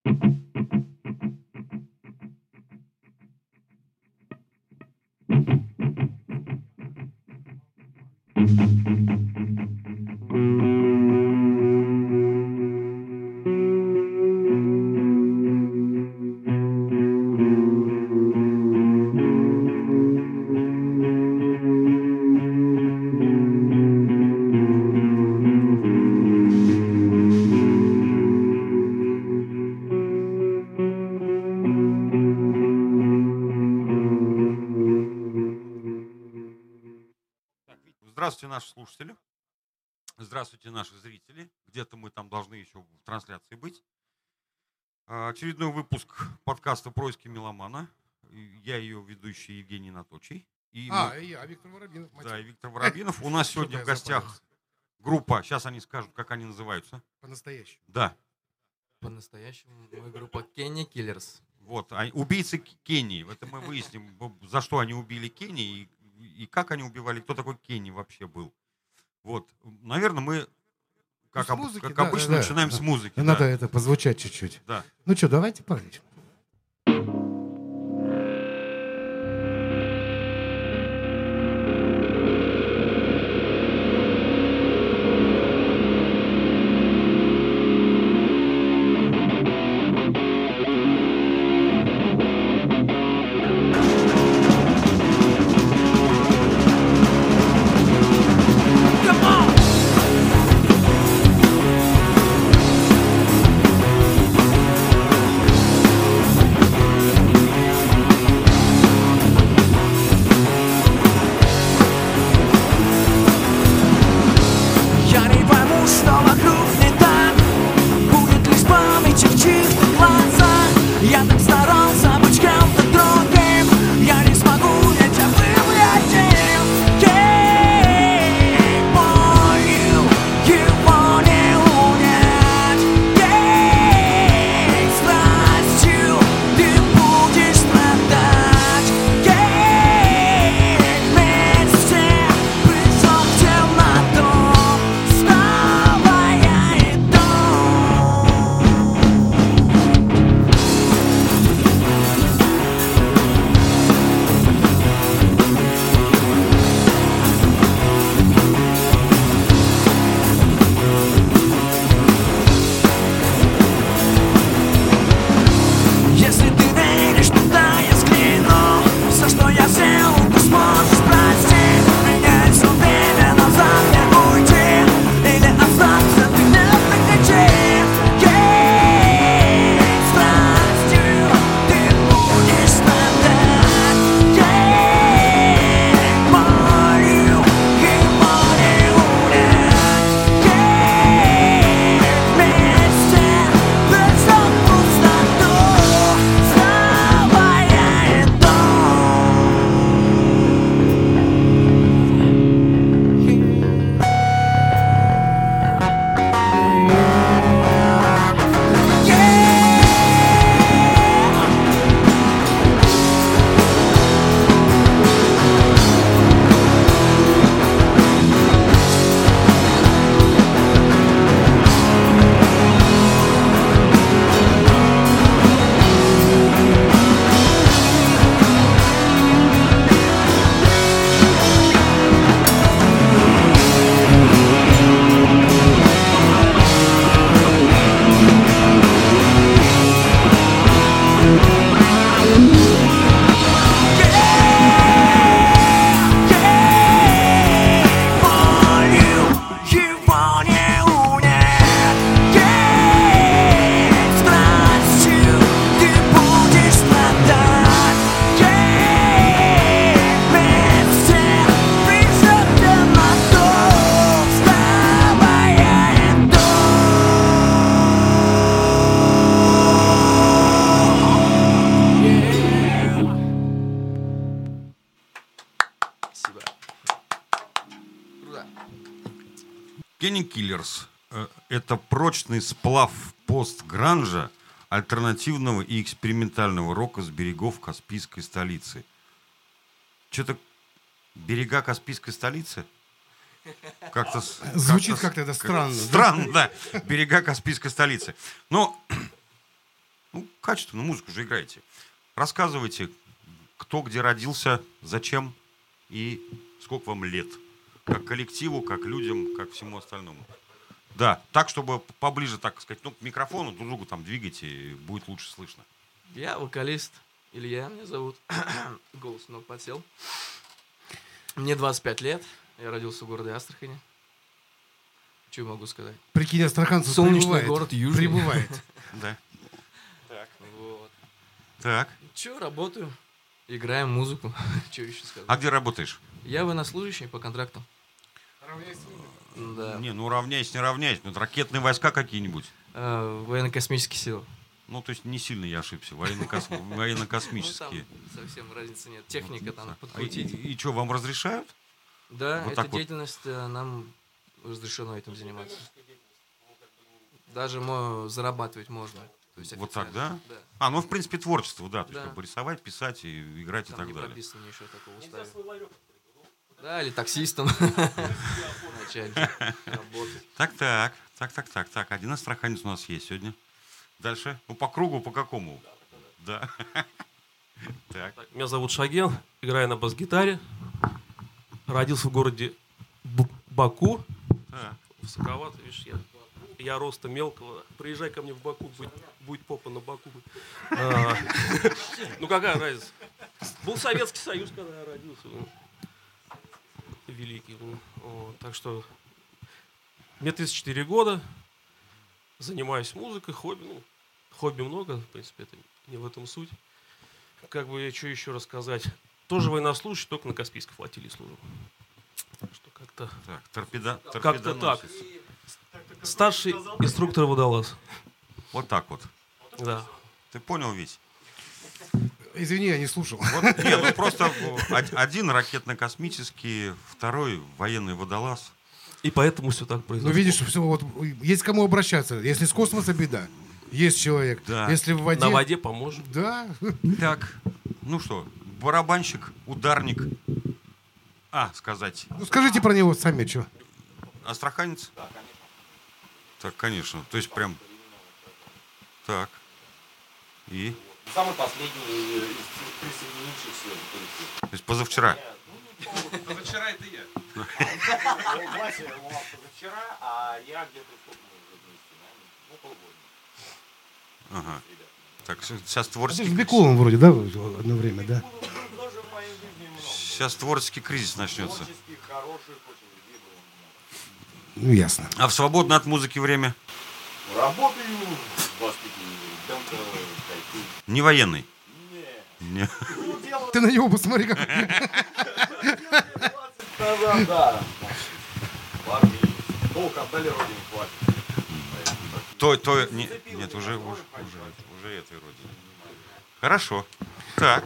Здравствуйте, наши слушатели. Здравствуйте, наши зрители. Где-то мы там должны еще в трансляции быть. Очередной выпуск подкаста «Происки меломана». Я ее ведущий Евгений Наточий. И я, Виктор Воробинов. Да, и Виктор Воробинов. У нас сегодня в гостях группа, сейчас они скажут, как они называются. По-настоящему. Да. По-настоящему мы группа Kenny Killers. Вот, убийцы Кении. Это мы выясним, за что они убили Кенни и как они убивали, кто такой Кенни вообще был. Вот, наверное, мы, как обычно, начинаем с музыки. Надо это позвучать чуть-чуть. Да. Ну что, давайте парить. Kenny Killers — это прочный сплав пост-гранжа, альтернативного и экспериментального рока с берегов Каспийской столицы. Что-то берега Каспийской столицы? Как-то звучит как-то это странно. Странно, да. Берега Каспийской столицы. Но Ну, качественную музыку же играете. Рассказывайте, кто где родился, зачем и сколько вам лет. Как коллективу, как людям, как всему остальному. Да, так, чтобы поближе, так сказать, ну, к микрофону друг другу там двигайте, будет лучше слышно. Я вокалист. Илья меня зовут. Голос немного подсел. Мне 25 лет. Я родился в городе Астрахани. Что я могу сказать? Прикинь, астраханцев Солнечный прибывает. город, южный. Прибывает. Да. Вот. Так. Че, работаю. Играем музыку. Че еще сказать? А где работаешь? Я военнослужащий по контракту. Да. Не, ну равняйся, не равняйся. Ну, это ракетные войска какие-нибудь. Военно-космические силы. Ну, то есть не сильно я ошибся. Ну, Военно-космические. там совсем разницы нет. Техника там И подкрутить. что, вам разрешают? Да, вот эта так вот? деятельность нам разрешено этим заниматься. Даже зарабатывать можно. То есть Вот так, официально. да? А, ну, в принципе, творчество, да. То есть Да. как бы рисовать, писать и играть и Там так не далее. прописано ничего такого в уставе. Да, или таксистом. Начать работать. Так. Один астраханец у нас есть сегодня. Дальше. Ну, по кругу, по какому? Да. Так. Меня зовут Шаген, играю на бас-гитаре. Родился в городе Баку. Так. Высоковато, видишь, я роста мелкого. Приезжай ко мне в Баку, будет попа на Баку. Ну какая разница? Был Советский Союз, когда я родился. Великий. Вот, так что мне 34 года. Занимаюсь музыкой, хобби. Ну, хобби много, в принципе, это не в этом суть. Как бы, что еще рассказать? Тоже военнослужащий, только на Каспийской флотилии служил. Так что как-то... Так, Как-то так. торпедоносец. Старший инструктор водолаз. Вот так вот. Да. Ты понял, Вить? Извини, я не слушал. Вот, нет, ну просто один ракетно-космический, второй военный водолаз. И поэтому все так Ну, произошло. видишь, все, вот, есть к кому обращаться. Если с космоса беда, есть человек. Да. Если в воде... На воде поможем. Да. Так, ну что, барабанщик, ударник. Сказать, Ну, скажите про него сами, что. астраханец? Так, конечно. То есть прям... Так. И? Самый последний из присоединившихся в коллектив. То есть позавчера. Позавчера это я. Вася у нас позавчера, а я где-то сколько мы уже вместе, наверное, полгода. Ага. Так, сейчас Ты творческий же с кризис. Бекуловым вроде, да, одно время, да? Тоже в моей жизни много. Сейчас творческий кризис начнется. Творческих, хороших, очень людей было много. Ну, ясно. А в свободное от музыки время? Работаю в воспитании ребенка, кайфую. Не военный? Не. Не. Ну, дело Ты на него посмотри, как... 20 назад, да. В армии. Долг отдали родине, хватит. Нет, уже этой родине. Хорошо. Так.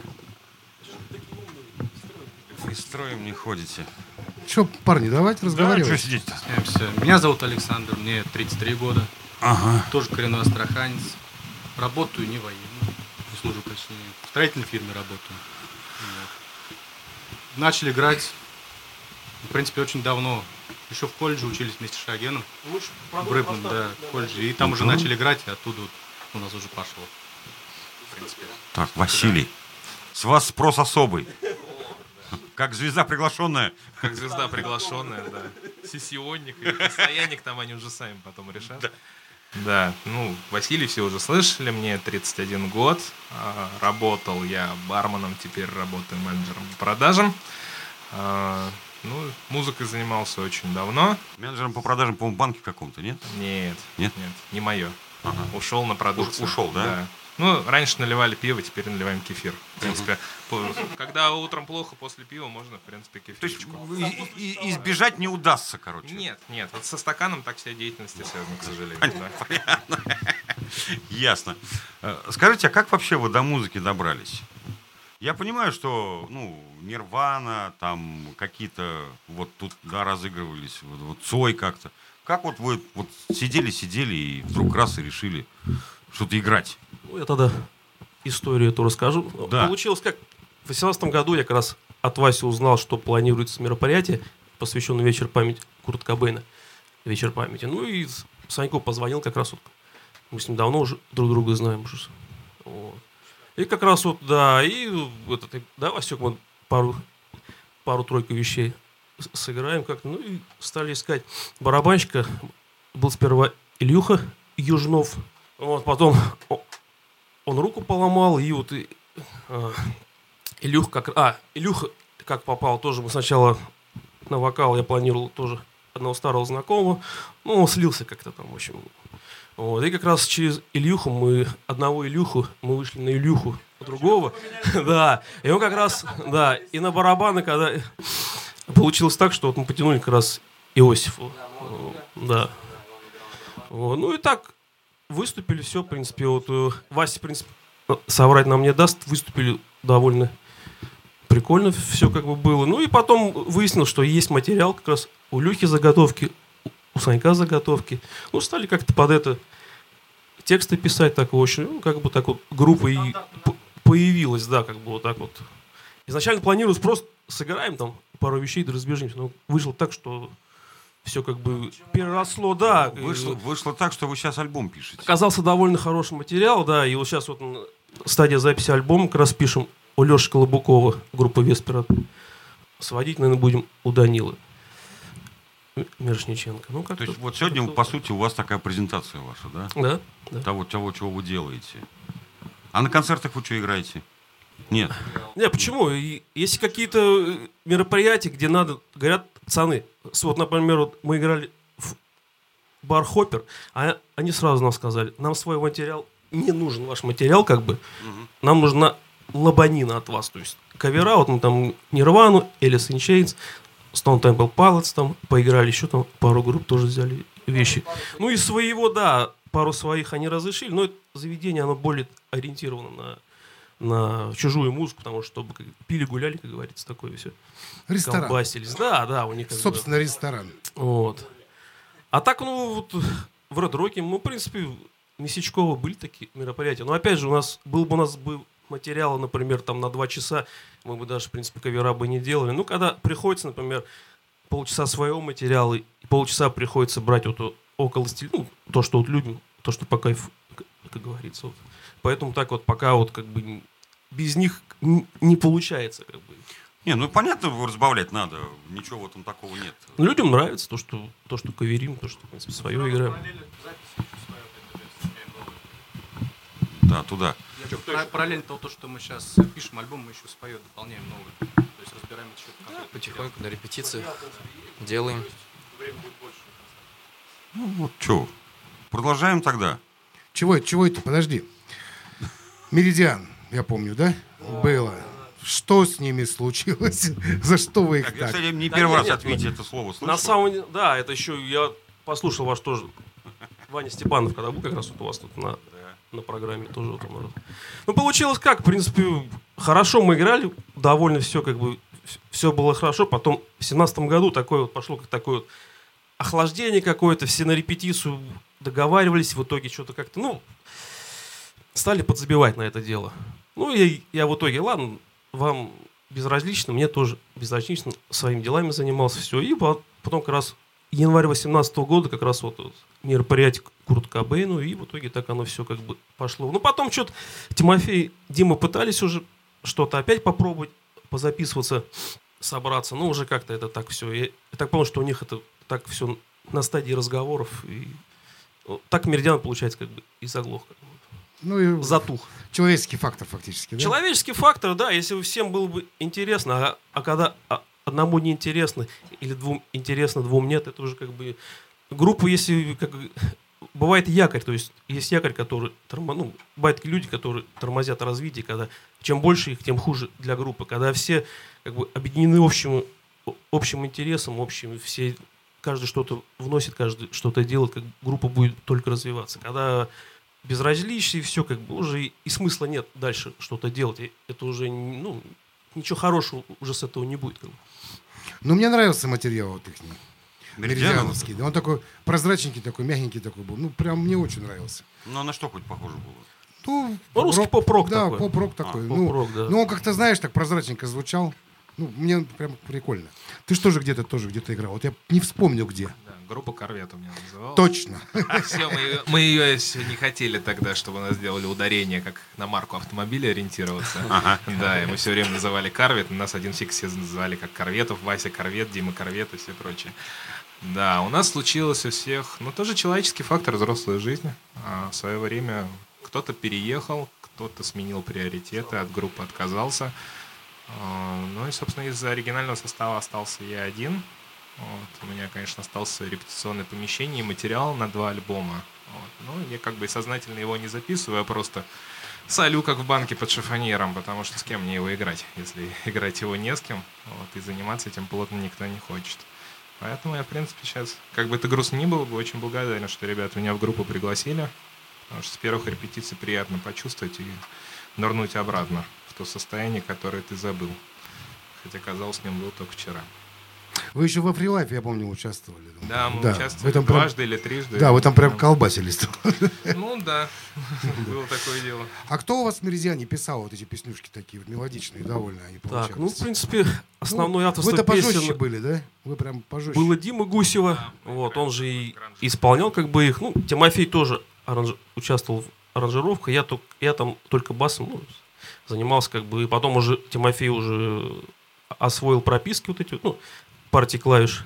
И строем не ходите. Че, парни, давайте Да, разговаривать. что сидеть-то? Меня зовут Александр, мне 33 года, Ага. тоже коренной астраханец. Работаю не военным, не служу, точнее. В строительной фирме работаю. Вот. Начали играть, в принципе, очень давно. Еще в колледже учились вместе с Шагеном, в Рыбном, да, в колледже. И там уже начали играть, и оттуда вот у нас уже пошло. В принципе. Так, Василий. С вас спрос особый. Как звезда приглашенная. Как звезда приглашенная, да. Сессионник или постоянник, там они уже сами потом решат. Да, ну, Василий все уже слышали, мне 31 год. Работал я барменом, теперь работаю менеджером по продажам. Ну, музыкой занимался очень давно. Менеджером по продажам, по-моему, в банке каком-то, нет? Нет, Нет? не мое. Ага. Ушел на продукцию. Ушел, да? Ну, раньше наливали пиво, теперь наливаем кефир. В принципе, когда утром плохо, после пива можно, в принципе, То есть кефирчику. избежать не удастся, короче. Нет, вот со стаканом так вся деятельность и связана, к сожалению. да. Ясно. Скажите, а как вообще вы до музыки добрались? Я понимаю, что, ну, Нирвана, там какие-то вот тут, да, разыгрывались, вот Цой как-то. Как вот вы вот сидели и вдруг раз и решили что-то играть? Ну, я тогда историю эту расскажу. Да. Получилось как... В 2018 году я как раз от Васи узнал, что планируется мероприятие, посвященное вечер памяти Курта Кобейна. Вечер памяти. Ну и Саньку позвонил как раз вот. Мы с ним давно уже друг друга знаем уже Вот. И как раз вот, да, и давай, Васек, мы пару-тройку вещей сыграем как-то. Ну и стали искать барабанщика. Был сперва Ильюха Южнов. Вот, потом он руку поломал, и вот Илюха как попал, тоже мы сначала на вокал я планировал тоже одного старого знакомого, ну, он слился как-то там, в общем. Вот, и как раз через одного Илюху, мы вышли на Илюху другого, да, и он как раз, да, и на барабаны, когда получилось так, что вот мы потянули как раз Иосифу, да. Вот, ну и так выступили, все, в принципе, вот Вася, в принципе, соврать нам не даст, выступили довольно прикольно, все как бы было. Ну и потом выяснилось, что есть материал как раз у Люхи заготовки, у Санька заготовки. Ну, стали как-то под это тексты писать, так очень, ну, как бы так вот группа и появилась, да, как бы вот так вот. Изначально планировалось просто сыграем там пару вещей, да разбежимся, но вышло так, что все как бы переросло, да. Вышло так, что вы сейчас альбом пишете. Оказался довольно хороший материал, да, и вот сейчас вот стадия записи альбома как раз пишем у Леши Колобукова, группа Веспера. Сводить, наверное, будем у Данилы Мирошниченко. Ну, как то есть вот сегодня, по сути, у вас такая презентация ваша, да? Да, да. Того, чего вы делаете. А на концертах вы что играете? Нет. Не, почему? Есть какие-то мероприятия, где надо, говорят, пацаны, вот, например, вот мы играли в бар Хоппер, а они сразу нам сказали, нам свой материал, не нужен ваш материал, как бы, нам нужна лабанина от вас, то есть кавера, вот мы там Нирвану, Alice in Chains, Stone Temple Pilots там поиграли, еще там пару групп тоже взяли вещи. Ну и своего, да, пару своих они разрешили, но это заведение, оно более ориентировано на чужую музыку, потому что чтобы пили, гуляли, как говорится, такое все. Ресторан. Колбасились. Да, у них как собственно, ресторан. Вот. А так, ну, вот в Red Rock'е, ну, в принципе, Месячково были такие мероприятия. Но опять же, у нас был материала, например, там на 2 часа, мы бы даже, в принципе, кавера бы не делали. Ну, когда приходится, например, полчаса своего материала, и полчаса приходится брать вот около стиля, ну, то, что вот любим, то, что по кайфу, как говорится. Вот. Поэтому так вот пока вот как бы без них не получается, как бы. Не, ну понятно, разбавлять надо, ничего в этом такого нет. Ну, людям нравится то, что каверим, то, что, в принципе, свое играем. Да, туда. Параллельно то, что мы сейчас пишем альбом, мы еще споем, дополняем новый. То есть разбираем это еще. Потихоньку на репетициях делаем. Ну вот, что, продолжаем тогда. Чего это? Подожди. Меридиан, я помню, да? Было. Что с ними случилось? За что вы их Так, я, так? кстати, не Да первый раз нет, от Вити это слово слышал. На самом деле, да, это еще я послушал ваш тоже. Ваня Степанов, когда был как раз вот у вас тут на программе тоже вот он. Ну, получилось как, в принципе, хорошо мы играли, довольно все как бы, все было хорошо. Потом в 2017 году такое вот пошло, как такое вот охлаждение какое-то, все на репетицию договаривались, в итоге что-то как-то, ну, стали подзабивать на это дело. Ну, я в итоге, ладно, вам безразлично, мне тоже безразлично, своими делами занимался, все. И потом как раз январь 2018 года как раз вот мероприятие Курт Кобейну, и в итоге так оно все как бы пошло. Ну, потом что-то Тимофей, Дима пытались уже что-то опять попробовать, позаписываться, собраться, но уже как-то это так все. Я так понял, что у них это так все на стадии разговоров, и так Меридиан, получается, как бы и заглох. Как бы. Ну и Затух. человеческий фактор фактически, да? Человеческий фактор, да, если всем было бы интересно, а когда одному не интересно, или двум интересно, двум нет, это уже как бы группа, если как бывает якорь, то есть есть якорь, который бывают такие люди, которые тормозят развитие, когда чем больше их, тем хуже для группы, когда все как бы объединены общим интересом, все каждый что-то вносит, каждый что-то делает, как группа будет только развиваться. Когда безразличие, и все, как бы уже и смысла нет дальше что-то делать. И это уже, ничего хорошего уже с этого не будет. Как бы. Ну, мне нравился материал вот их. Меридиановский? Меридиановский. Да, он такой прозрачненький, такой мягенький такой был. Ну, прям мне очень нравился. Ну, а на что хоть похоже было? Ну, Русский поп-рок да, такой. поп-рок такой. поп-рок, да. Ну, он как-то, знаешь, так прозрачненько звучал. Ну, мне прям прикольно. Ты что же где-то играл? Вот я не вспомнил где. Да, Группа «Корвет» у меня называлась. Точно. Все, мы ее не хотели тогда, чтобы у нас сделали ударение, как на марку автомобиля ориентироваться. Да, и мы все время называли «Корвет». Нас один фиг все называли как «Корветов», Вася «Корвет», Дима «Корвет» и все прочее. Да, у нас случилось у всех, тоже человеческий фактор взрослой жизни. В свое время кто-то переехал, кто-то сменил приоритеты, от группы отказался. Ну и, собственно, из-за оригинального состава остался я один. У меня, конечно, остался репетиционное помещение и материал на 2 альбома. Ну, я как бы сознательно его не записываю, а просто солю, как в банке под шифоньером, потому что с кем мне его играть, если играть его не с кем, и заниматься этим плотно никто не хочет. Поэтому я, в принципе, сейчас, как бы это грустно ни было, бы очень благодарен, что ребята меня в группу пригласили, потому что с первых репетиций приятно почувствовать и нырнуть обратно в то состояние, которое ты забыл. Хотя, казалось, с ним был только вчера. Вы еще во фрилайфе, я помню, участвовали. Да, мы Да, участвовали в этом дважды или трижды. Да, вы там прям колбасились. Ну да, было такое дело. А кто у вас в «Меридиане» писал вот эти песнюшки такие вот мелодичные, довольно они получались? Так, в принципе, основной авторство Вы-то пожестче песен были, да? Вы прям пожестче. было Дима Гусева. Он же и исполнял как бы их. Тимофей тоже участвовал в аранжировках. Я там только басом занимался как бы. И потом уже Тимофей уже освоил прописки вот эти, партии клавиш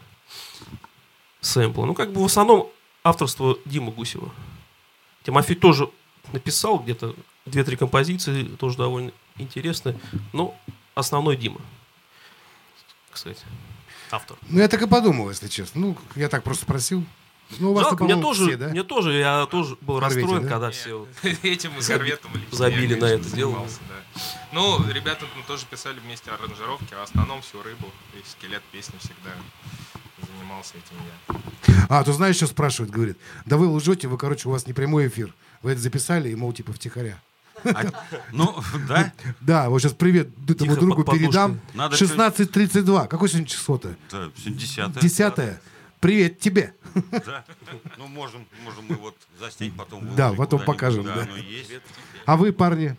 сэмпла. Как бы в основном авторство Димы Гусева. Тимофей тоже написал где-то 2-3 композиции, тоже довольно интересные, но основной Дима, кстати, автор. Я так и подумал, если честно. Я так просто спросил. У вас Жалко, по-моему, я тоже был Корвете, расстроен, да? когда все Этим мы с Корветом лично забили я, на конечно, это дело. занимался, да. Ребята тоже писали вместе аранжировки, а в основном всю рыбу, весь скелет песни всегда занимался этим я. ты знаешь, что спрашивает, говорит? Да вы лжете, у вас не прямой эфир. Вы это записали, и, мол, типа втихаря. Да? Да, вот сейчас привет этому Тихо, другу под подушкой. передам. Надо 16:32. Какое сегодня число-то? Да, сегодня 10-е. 10-е. Привет тебе. Да. Можем мы вот заснять, потом выложить Да, потом куда-нибудь. покажем, Да, да. оно есть. А вы, парни,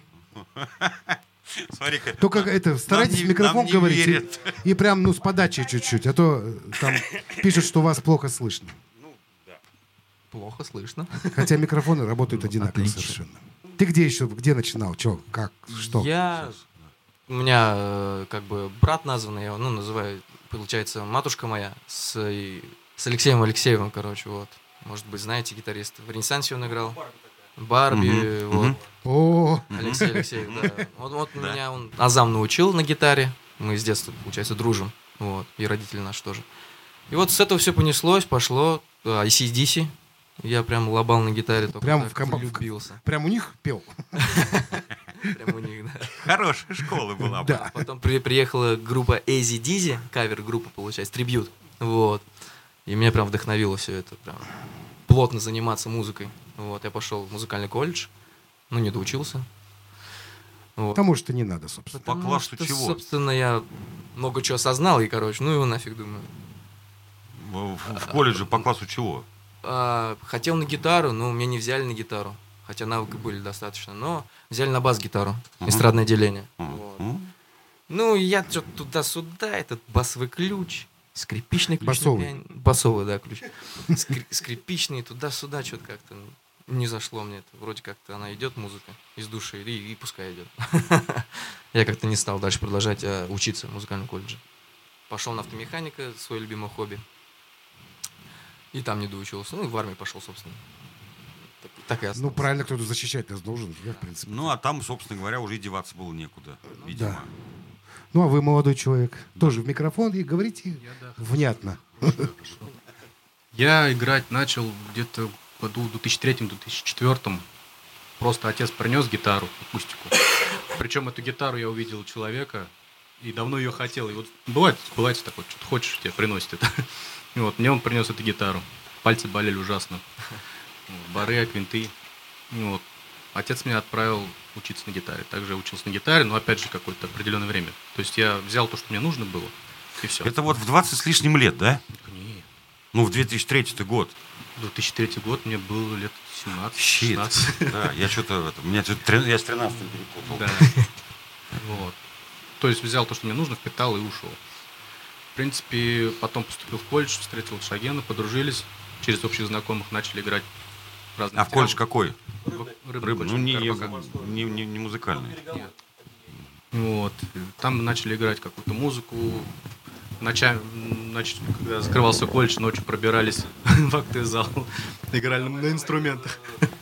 Смотри-ка. только старайтесь в микрофон нам не говорить верят. и прям, с подачей чуть-чуть, а то там пишут, что вас плохо слышно. Плохо слышно. Хотя микрофоны работают одинаково Отлично. совершенно. Ты где начинал? Че, как, что? У меня как бы брат названный, я его называю, получается, матушка моя с Алексеем Алексеевым, короче, вот. Может быть, знаете, гитарист. В «Ренессансе» он играл. Барби, вот. О, Алексей Алексеев, да. Вот меня он азам научил на гитаре. Мы с детства, получается, дружим. Вот. И родители наши тоже. И вот с этого все понеслось, пошло. AC/DC. Я прям лобал на гитаре, только Прям так в влюбился. прям у них пел? Прям у них, да. Хорошая школа была. Да. Потом приехала группа Easy Dizzy, кавер-группа, получается, трибьют. Вот. И меня прям вдохновило все это. Прям плотно заниматься музыкой. Вот. Я пошел в музыкальный колледж. Не доучился. Вот. Потому что не надо, собственно. По классу что, чего? собственно, я много чего осознал, и, короче, его нафиг, думаю. В колледже по классу чего? Хотел на гитару, но меня не взяли на гитару. Хотя навыки были достаточно. Но взяли на бас-гитару. Эстрадное деление. Вот. Я что-то туда-сюда, этот басовый ключ, скрипичный ключ. Басовый. Басовый, да, ключ. Скрипичный, туда-сюда, что-то как-то не зашло мне это. Вроде как-то она идет, музыка, из души, и пускай идет. Я как-то не стал дальше продолжать учиться в музыкальном колледже. Пошел на автомеханика, свое любимое хобби. И там не доучился. И в армию пошел, собственно. Так и остался. Правильно, кто-то защищать нас должен, да, в принципе. А там, собственно говоря, уже и деваться было некуда, видимо. Да. А вы молодой человек. Тоже в микрофон и говорите внятно. Я играть начал где-то в году 2003-2004. Просто отец принес гитару, акустику. Причем эту гитару я увидел у человека и давно ее хотел. И вот бывает такое, что-то хочешь, тебе приносит это. И вот мне он принес эту гитару. Пальцы болели ужасно. Бары, квинты. И вот отец меня отправил учиться на гитаре. Также я учился на гитаре, но опять же какое-то определенное время. То есть я взял то, что мне нужно было, и все. Это вот в 20 с лишним лет, да? Не. В 2003 год. 2003 год мне было лет 17. Щит. 16. Да, я что-то я с 13 перепутал. Да. Вот. То есть взял то, что мне нужно, впитал и ушел. принципе, потом поступил в колледж, встретил Шагена, подружились. Через общих знакомых начали играть разные А в колледж какой? Рыбный Рыбный. колледж, Ну, Карпаков. не музыкальный. Нет. Вот. Там начали играть какую-то музыку. Ночами, значит, когда закрывался колледж, ночью пробирались в актовый зал. Играли на инструментах.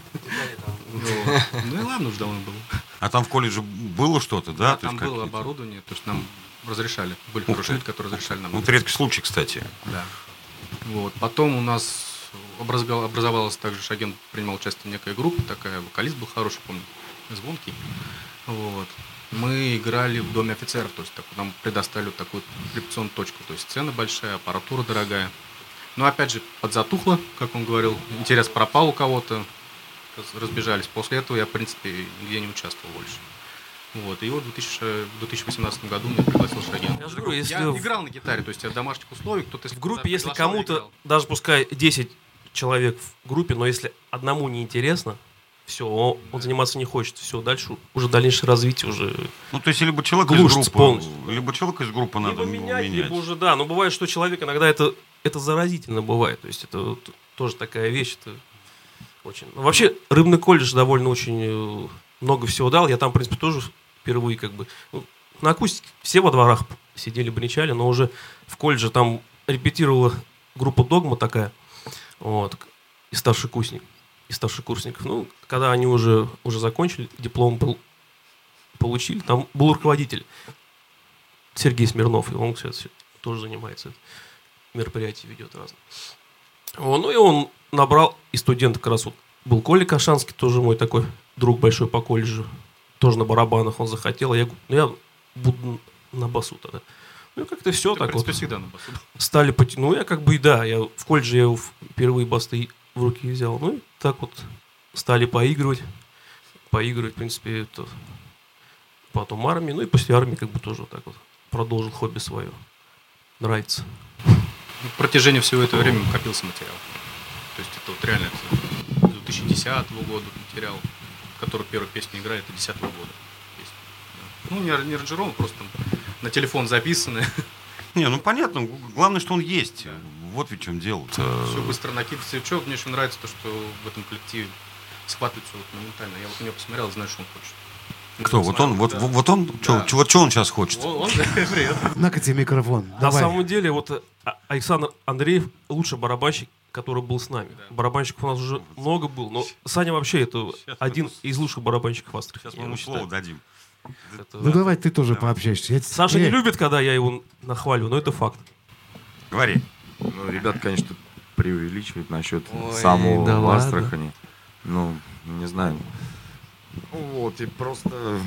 Ну и ладно, уж давно было. А там в колледже было что-то, да? Да, То есть там было какие-то- оборудование, то есть нам разрешали. Были Ух ты. хорошие люди, которые разрешали нам. Ну, это редкий случай, кстати. Да. Вот. Потом у нас образовалась также, Шаген принимал участие в некой группе, такая, вокалист был хороший, помню, звонкий. Вот. Мы играли в Доме офицеров, то есть нам предоставили вот такую репетиционную точку, то есть сцена большая, аппаратура дорогая. Но опять же, подзатухло, как он говорил, интерес пропал у кого-то, разбежались. После этого я, в принципе, нигде не участвовал больше. Вот. И вот в 2018 году меня пригласил Шаген. Я же говорю, если Я в- играл на гитаре, то есть я в домашних условиях, кто-то В группе, если приглашал, я кому-то, играл. даже пускай 10 человек в группе, но если одному не интересно, все, он заниматься не хочет. Все, дальше уже дальнейшее развитие уже Ну, то есть, либо человек Глушится из группы, полностью. либо человека из группы надо либо менять, менять. либо уже, да. Но бывает, что человек иногда это заразительно бывает. То есть это вот тоже такая вещь. Это очень... Ну, вообще, Рыбный колледж довольно очень много всего дал. Я там, в принципе, тоже впервые как бы... Ну, на акустике все во дворах сидели, бренчали, но уже в колледже там репетировала группа «Догма» такая, вот, и старшекурсников. Ну, когда они уже закончили, диплом получили, там был руководитель Сергей Смирнов, и он, кстати, тоже занимается мероприятия, ведет разные. Ну и он набрал, и студент как раз вот был Коля Кашанский, тоже мой такой друг большой по колледжу, тоже на барабанах он захотел, а я говорю, ну я буду на басу тогда. Ну и как-то все Ты, так в принципе, вот. всегда на басу. Стали ну я как бы и да, я в колледже я впервые басты в руки взял, ну и так вот стали поигрывать, в принципе, это потом армии, ну и после армии как бы тоже вот так вот продолжил хобби свое. Нравится. На протяжении всего этого времени копился материал. То есть это вот реально это 2010 года материал, который первую песню играет, это 2010 года. Песня, да. Ну, не аранжирован, просто там на телефон записаны. Не, ну понятно, главное, что он есть. Вот в чем дело. Все быстро накидывается. И что, мне очень нравится то, что в этом коллективе схватывается вот моментально. Я вот на него посмотрел, знаю, что он хочет. Кто? Вот он? Вот, Да. вот он? Да. Вот что он сейчас хочет? Он, привет. На-ка тебе микрофон. На Давай. самом деле, вот Александр Андреев лучший барабанщик, который был с нами. Барабанщиков у нас уже много было, но Саня вообще это один из лучших барабанщиков в Астрахани. Сейчас мы ему слово дадим. Это- Ну давай ты тоже пообщаешься. Я Саша не любит, когда я его нахваливаю, но это факт. Говори. Ну, ребят, конечно, преувеличивают насчет Ой, самого да в ладно. Астрахани. Ну, не знаю. Вот, и просто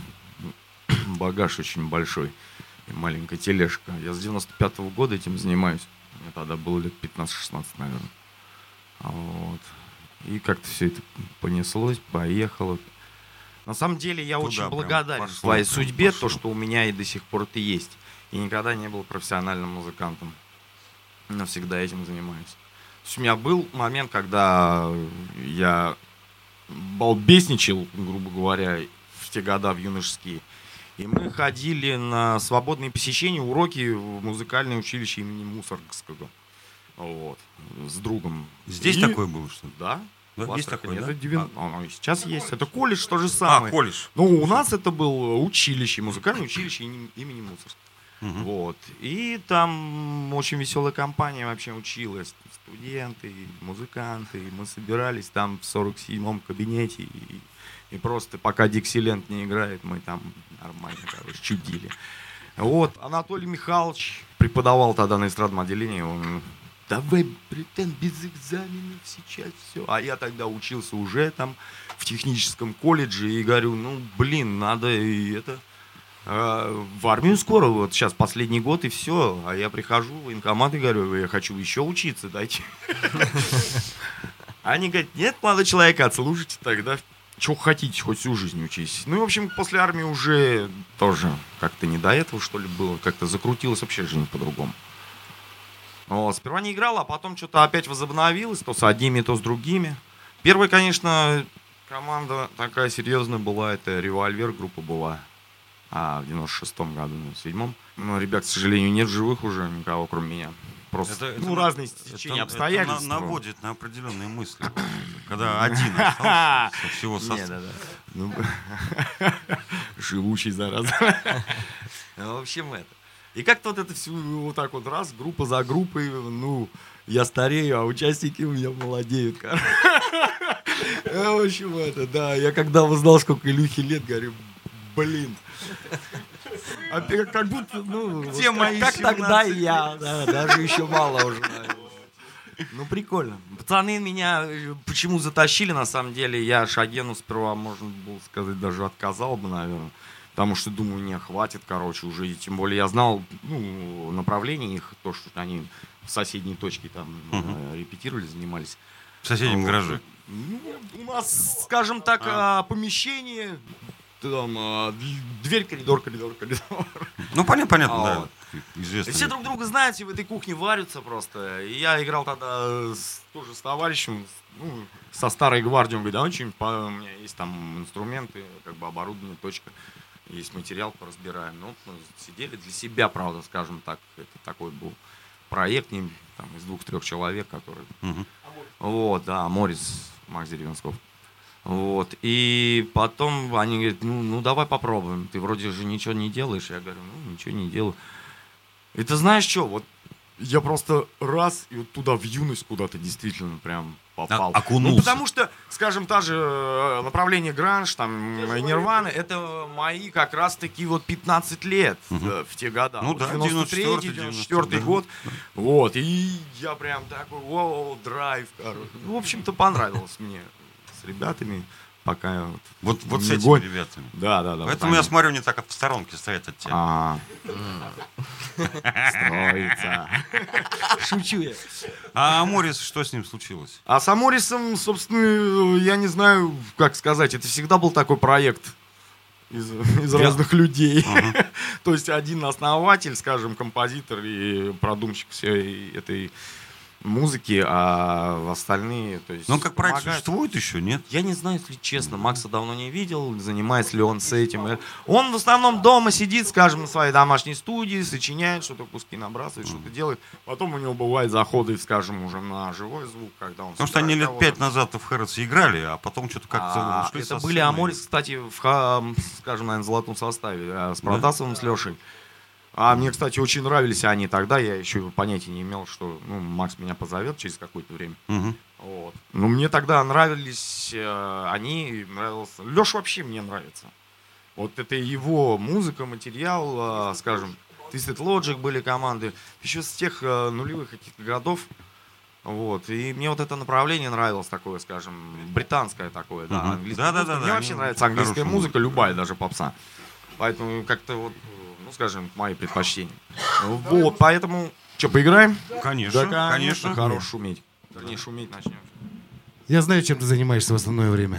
багаж очень большой. И маленькая тележка. Я с 95-го года этим занимаюсь. Мне тогда было лет 15-16, наверное. Вот. И как-то все это понеслось, поехало. На самом деле я Туда очень прям благодарен пошло, своей прям судьбе, пошло. то, что у меня и до сих пор это есть. И никогда не был профессиональным музыкантом. Навсегда этим занимаюсь. То есть у меня был момент, когда я балбесничал, грубо говоря, в те года, в юношеские. И мы ходили на свободные посещения, уроки в музыкальное училище имени Мусоргского. Вот. С другом. Здесь И- такое было, что ли? Да. Да, в есть Астрахани. такое, да? Это оно и сейчас есть. Это колледж то же А, самое. колледж. Ну, у нас это было училище, музыкальное училище имени Мусоргского. Мгм. Вот. И там очень веселая компания вообще училась. Студенты, музыканты. И мы собирались там в 47-м кабинете. И просто пока Диксиленд не играет, мы там нормально, короче, чудили. Вот. Анатолий Михайлович преподавал тогда на эстрадном отделении. Он: давай, братан, без экзаменов сейчас все. А я тогда учился уже там в техническом колледже. И говорю, ну, блин, надо и это... в армию скоро, вот сейчас последний год и все. А я прихожу в военкомат и говорю, я хочу еще учиться, дайте. Они говорят, нет, молодой человек, отслужите тогда. Что хотите, хоть всю жизнь учись. Ну, и, в общем, после армии уже тоже как-то не до этого, что ли, было. Как-то закрутилась вообще жизнь по-другому. Вот. Сперва не играл, а потом что-то опять возобновилось. То с одними, то с другими. Первая, конечно, команда такая серьезная была. Это «Револьвер» группа была. в 96-м году, в 97-м. Но ребят, к сожалению, нет в живых уже никого, кроме меня. Просто, разные стечения обстоятельств. Это наводит на определенные мысли. Когда один остался со всего состава. Живучий, зараза. В общем, это. И как-то вот это все вот так вот раз, группа за группой, я старею, а участники у меня молодеют. В общем, это, да, я когда узнал, сколько Илюхе лет, говорю, блин. Как будто, где мои как 17 тогда лет? я, да, даже еще мало уже. Прикольно. Пацаны меня почему затащили, на самом деле, я Шагену сперва, можно было сказать, даже отказал бы, наверное. Потому что, думаю, не хватит, короче, уже. И тем более я знал, направление их, то, что они в соседней точке там репетировали, занимались. В соседнем гараже. У нас, скажем так, помещение, там, дверь, коридор. Понятно, да. Известно. Все друг друга знаете, в этой кухне варятся просто. И я играл тогда тоже с товарищем, со старой гвардией. Он говорит, что-нибудь, у меня есть там инструменты, как бы оборудование, точка. Есть материал, поразбираем. Мы сидели для себя, правда, скажем так. Это такой был проект из 2-3 человек, который... Морис, Макс Деревенсков. И потом они говорят, давай попробуем. Ты вроде же ничего не делаешь. Я говорю, ничего не делаю. И ты знаешь что, я просто раз и туда в юность куда-то действительно прям попал. Окунулся. Потому что, скажем, та же направление гранж, там, Нирвана, это мои как раз-таки 15 лет в те года. 93-94 год. И я прям такой, драйв, короче. В общем-то, понравилось мне с ребятами. Пока вот с этими ребятами. Да. Поэтому я смотрю, не так в сторонке стоят от тебя. Строится. Шучу я. А Морис, что с ним случилось? А с Морисом, собственно, я не знаю, как сказать. Это всегда был такой проект из разных людей. То есть один основатель, скажем, композитор и продумщик всей этой музыки, а остальные, то есть... Как проект существует еще, нет? Я не знаю, если честно. Макса давно не видел, занимается ли он с этим. Он в основном дома сидит, скажем, на своей домашней студии, сочиняет, что-то куски набрасывает, что-то делает. Потом у него бывают заходы, скажем, уже на живой звук, когда он... Потому что они лет 5 назад в Хэротсе играли, а потом что-то как-то ушли это со были сцены. Аморис, кстати, скажем, наверное, в золотом составе, с Протасовым, с Лешей. А мне, кстати, очень нравились они тогда. Я еще понятия не имел, что Макс меня позовет через какое-то время. Но мне тогда нравились они, нравился... Леша вообще мне нравится. Это его музыка, материал, скажем, Twisted Logic были команды. Еще с тех нулевых каких-то годов. И мне это направление нравилось такое, скажем, британское такое, да, английское. Да. Мне вообще нравится английская музыка, любая, даже попса. Поэтому как-то скажем, мои предпочтения. Поэтому, что, поиграем? Конечно, Да, конечно. Хорош шуметь. Вернее, шуметь начнем. Я знаю, чем ты занимаешься в остальное время.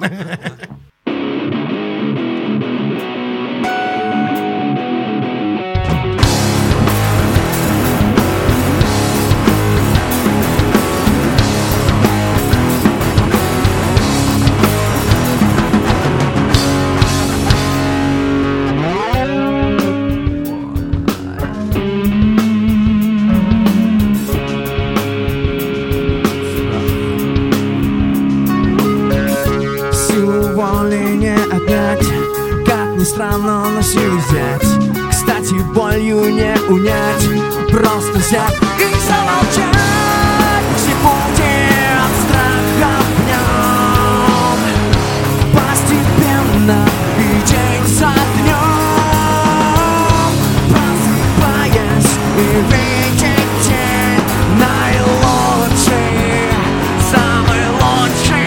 Странно носил взять. Кстати, болью не унять. Просто взять и замолчать. Все будет страха в нем. Постепенно и день за днем. Просыпаясь и видеть день наилучший, самый лучший.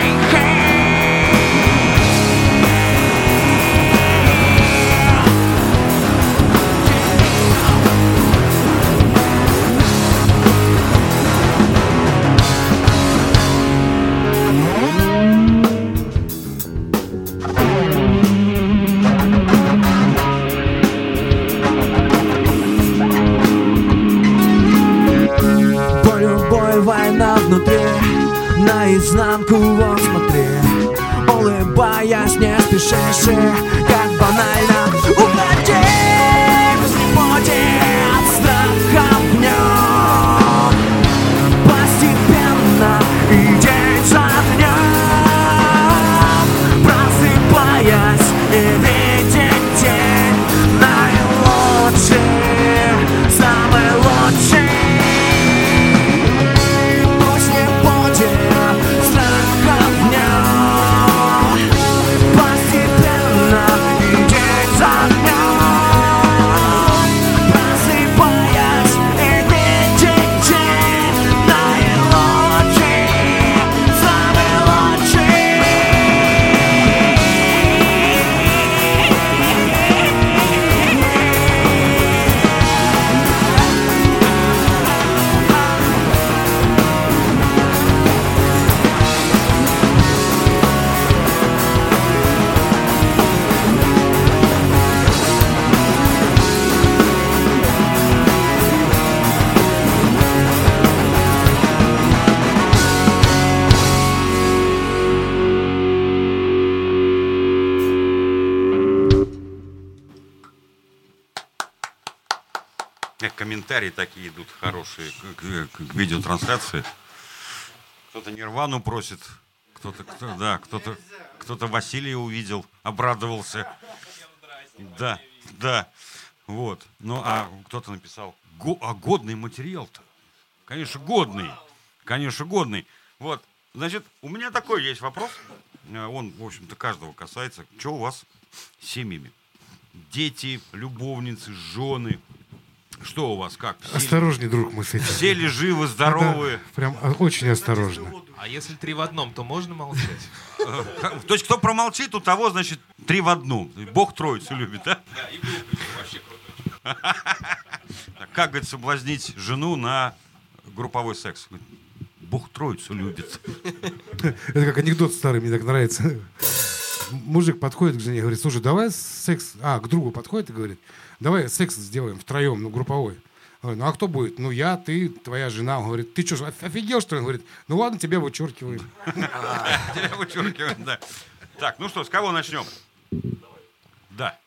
Война внутри, наизнанку вот смотри. Улыбаясь, не спешишь, как банально уходи. комментарии такие идут хорошие к видеотрансляции. Кто-то Нирвану просит, кто-то Василия увидел, обрадовался. Да. Вот. Ну, а кто-то написал, годный материал-то. Конечно, годный. Вот. Значит, у меня такой есть вопрос. Он, в общем-то, каждого касается. Что у вас с семьями? Дети, любовницы, жены. Что у вас, как? Осторожней, друг мой, с этим. Все ли живы, здоровы? Это прям очень осторожно. А если 3 в одном, то можно молчать? То есть, кто промолчит, у того, значит, 3 в одну. Бог троицу любит, да? Да, и был вообще крутой. Как, говорит, соблазнить жену на групповой секс? Говорит, Бог троицу любит. Это как анекдот старый, мне так нравится. Мужик подходит к жене и говорит, слушай, давай секс... к другу подходит и говорит, давай секс сделаем втроем, групповой. Говорит, ну, а кто будет? Ну, я, ты, твоя жена. Он говорит, ты что, офигел, что ли? Он говорит, ну, ладно, тебя вычеркиваем. Тебя вычеркиваем, да. Так, ну что, с кого начнем? Да.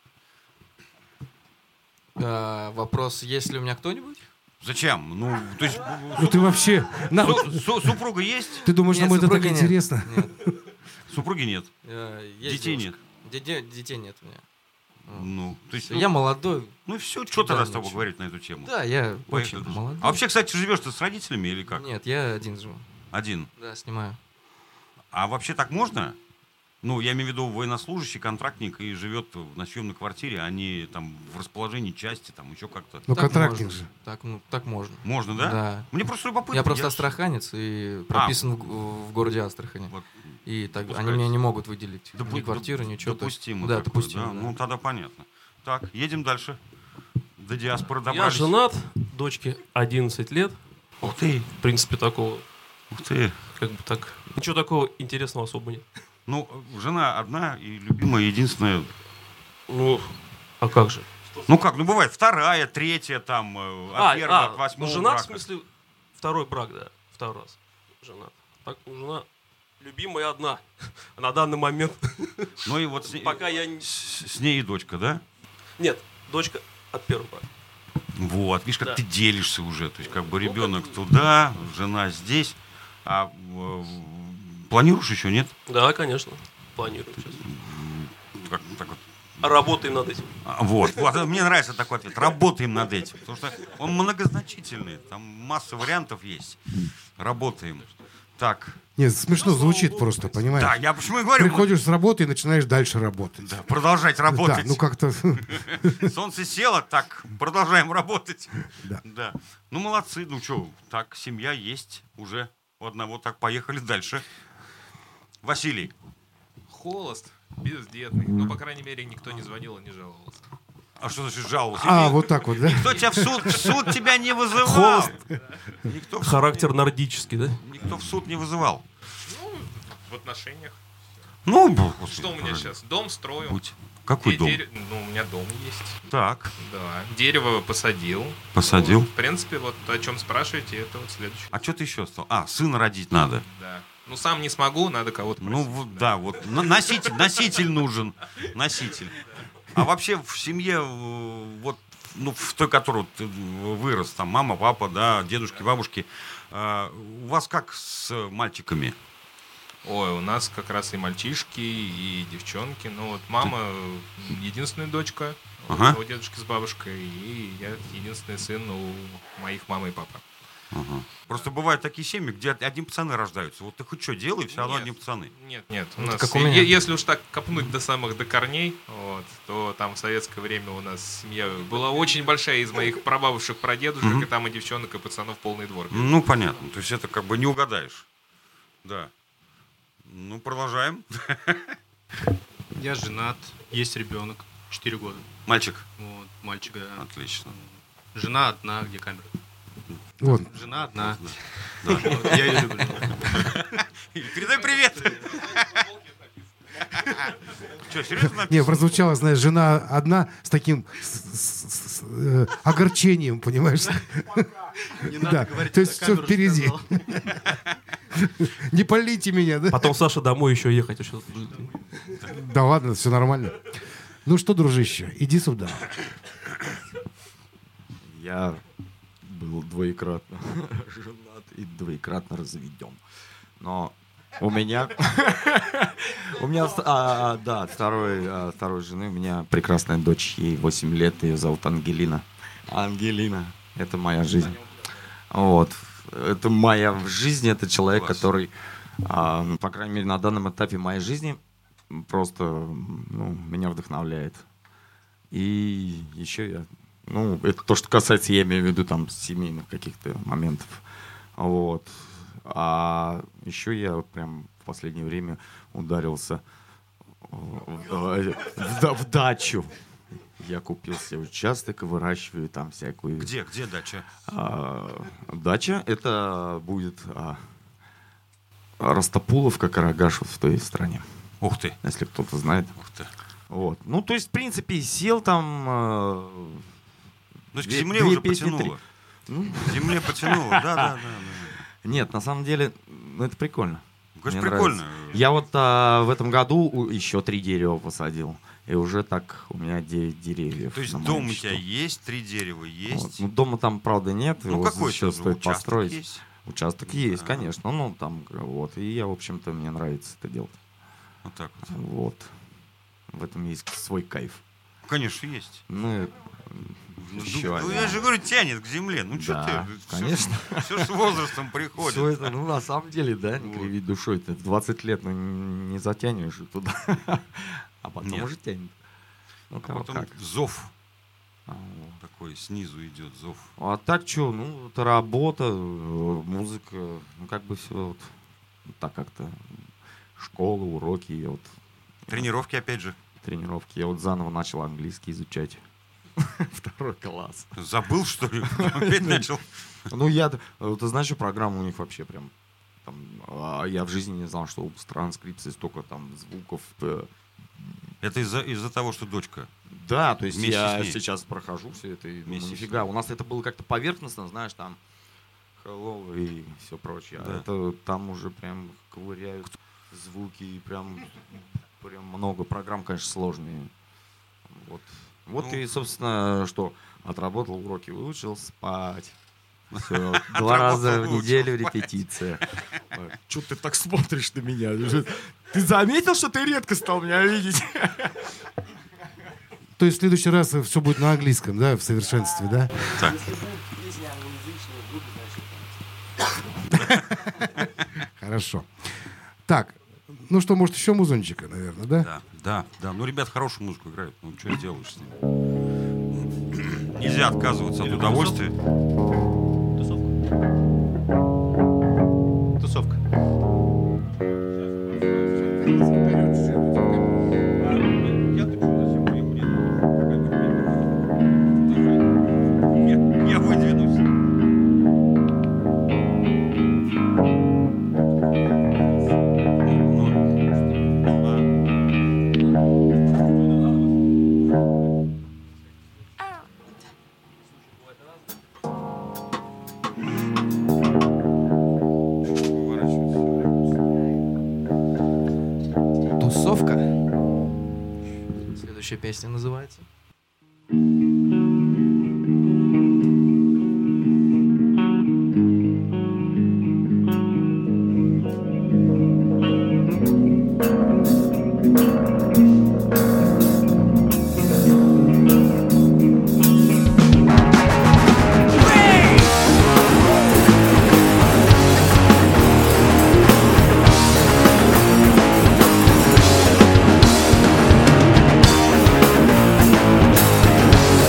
Вопрос, есть ли у меня кто-нибудь? Зачем? Ну, то есть... Ну, ты вообще... Супруга есть? Ты думаешь, Нет, нам это так супруги нет. интересно? Нет. Супруги нет. Есть Детей нет. девушка. Детей нет у меня. Ну, то есть... Я молодой. Ну, все, что тогда с тобой ничего. говорить на эту тему? Да, я Поехали. очень молодой. А вообще, кстати, живешь ты с родителями или как? Нет, я один живу. Один. Да, снимаю. А вообще так можно? Ну, я имею в виду военнослужащий, контрактник и живет на съемной квартире, а не там в расположении части, там еще как-то. Ну, Так контрактник можно. же. Так можно. Можно, да? Да. Мне просто любопытно. Я просто астраханец и прописан в городе Астрахани. Вот, И так Пускай. они мне не могут выделить допу- ни квартиру, ничего. Допустимо. Да, такое, допустимо. да? Да. Ну, тогда понятно. Так, едем дальше. До диаспоры Я добрались. женат, дочке 11 лет. Ух ты, В принципе, такого, ух ты. как бы так, ничего такого интересного особо нет. Ну, жена одна и любимая, единственная. Ну, а как же? Ну как, ну бывает вторая, третья, там, от первого, от ну, восьмого женат, брака. в смысле, второй брак, да, второй раз женат. Так, жена любимая одна на данный момент. Ну и вот Пока я... с ней и дочка, да? Нет, дочка от первого брака. Вот, видишь, как Да. ты делишься уже. То есть, как бы ребенок туда, жена здесь. А планируешь еще, нет? Да, конечно, планируем сейчас. Как, так вот. Работаем над этим. Вот, мне нравится такой ответ. Работаем над этим. Потому что он многозначительный. Там масса вариантов есть. Работаем. Так. Нет, смешно звучит просто, понимаешь? Да, я почему и говорю. Приходишь с работы и начинаешь дальше работать. Да, продолжать работать. Да, ну как-то... Солнце село, так, продолжаем работать. Да. Да. Ну, молодцы. Ну, что, так, семья есть уже у одного. Так, поехали дальше. Василий. Холост, бездетный. Ну, по крайней мере, никто не звонил и не жаловался. А что значит жаловался? Вот так вот, да? Никто тебя в суд тебя не вызывал. Никто в суд Характер нордический, да? Никто в суд не вызывал. Ну, в отношениях. Ну, господи, Что у меня правильно. сейчас? Дом строю. Будь. Какой дом? Ну, у меня дом есть. Так, Да. Дерево посадил. посадил. Вот, в принципе, вот о чем спрашиваете, это вот следующее. А что ты еще стал? Сына родить надо. Да. Ну, сам не смогу, надо кого-то Ну, просить, вот, да, вот. Носитель нужен. Носитель. А вообще в семье, вот, ну, в той, которую ты вырос, там, мама, папа, да, дедушки, бабушки, у вас как с мальчиками? Ой, у нас как раз и мальчишки, и девчонки. Ну, вот мама единственная дочка Ага. у дедушки с бабушкой, и я единственный сын у моих мамы и папы. Ага. Просто бывают такие семьи, где одни пацаны рождаются. Вот ты хоть что делай, все равно Нет. одни пацаны. Нет, у Это нас, как у меня. если уж так копнуть до корней, вот, то там в советское время у нас семья была очень большая из моих прабабушек, прадедушек, Мгм. и там и девчонок, и пацанов полный двор. Ну, понятно. То есть это как бы не угадаешь. Да. Ну, продолжаем. Я женат, есть ребенок, 4 года. Мальчик. Вот, мальчик, да. Отлично. Жена одна, где камера? Вот. Жена одна. Да. Вот, я ее люблю. Передай привет. Что, серьезно Не, написано? прозвучало, знаешь, жена одна с таким огорчением, понимаешь? Не Да, надо говорить, то есть на всё камеру впереди. сказал. Не полите меня, да? Потом Саша домой еще ехать. Еще... Да ладно, все нормально. Ну что, дружище, иди сюда. Я был двоекратно женат и двоекратно разведен. Но у меня... У меня, да, от второй жены у меня прекрасная дочь, ей 8 лет, ее зовут Ангелина. Ангелина, это моя жизнь. Вот. Это моя жизнь, это человек, который, по крайней мере, на данном этапе моей жизни просто меня вдохновляет. И еще я, это то, что касается, я имею в виду там семейных каких-то моментов. Вот. А еще я прям в последнее время ударился в дачу. Я купил себе участок и выращиваю там всякую... Где дача? Дача это будет Ростопуловка, Карагаш в той стране. Ух ты. Если кто-то знает. Ух ты. Вот. Ну, то есть, в принципе, сел там... То есть к земле уже потянуло. К земле потянуло, да. Нет, на самом деле, это прикольно. Конечно, прикольно. Я вот в этом году еще 3 дерева посадил. И уже так у меня 9 деревьев. То есть дом у тебя есть, 3 дерева есть? Вот. Дома там, правда, нет. Ну, какой еще стоит построить. Есть? Участок есть, конечно. Там, вот. И я, в общем-то, мне нравится это делать. Вот так вот. Вот. В этом есть свой кайф. Конечно, есть. Еще я же говорю, тянет к земле. Ну, что да, ты? Конечно. Все с возрастом приходит. Все это, на самом деле, да, не кривить душой. Ты в 20 лет, не затянешь туда. А потом уже тянет. А потом зов. Такой снизу идет зов. А так что, это работа, музыка, как бы все вот так как-то. Школа, уроки. Тренировки, опять же. Тренировки. Я вот заново начал английский изучать. 2 класс. Забыл, что ли? Опять начал? Ты знаешь, программа у них вообще прям... я в жизни не знал, что у транскрипции столько там звуков. Это из-за того, что дочка? Да, то есть я сейчас прохожу все это, и нифига. У нас это было как-то поверхностно, знаешь, там hello и все прочее. Да. А это там уже прям ковыряют звуки, и прям много программ, конечно, сложные. Вот и, собственно, что отработал уроки, выучил спать. Все, 2 раза в неделю репетиция. Че ты так смотришь на меня? Ты заметил, что ты редко стал меня видеть? То есть в следующий раз все будет на английском, да, в совершенстве, да? Так. Хорошо. Так, что, может, еще музончика, наверное, да? Да. Ну, ребят хорошую музыку играют. Ну, что делаешь с ними? Нельзя отказываться от удовольствия. Тусовка. Я выдвинусь. Тусовка. Следующая песня называется. Hey!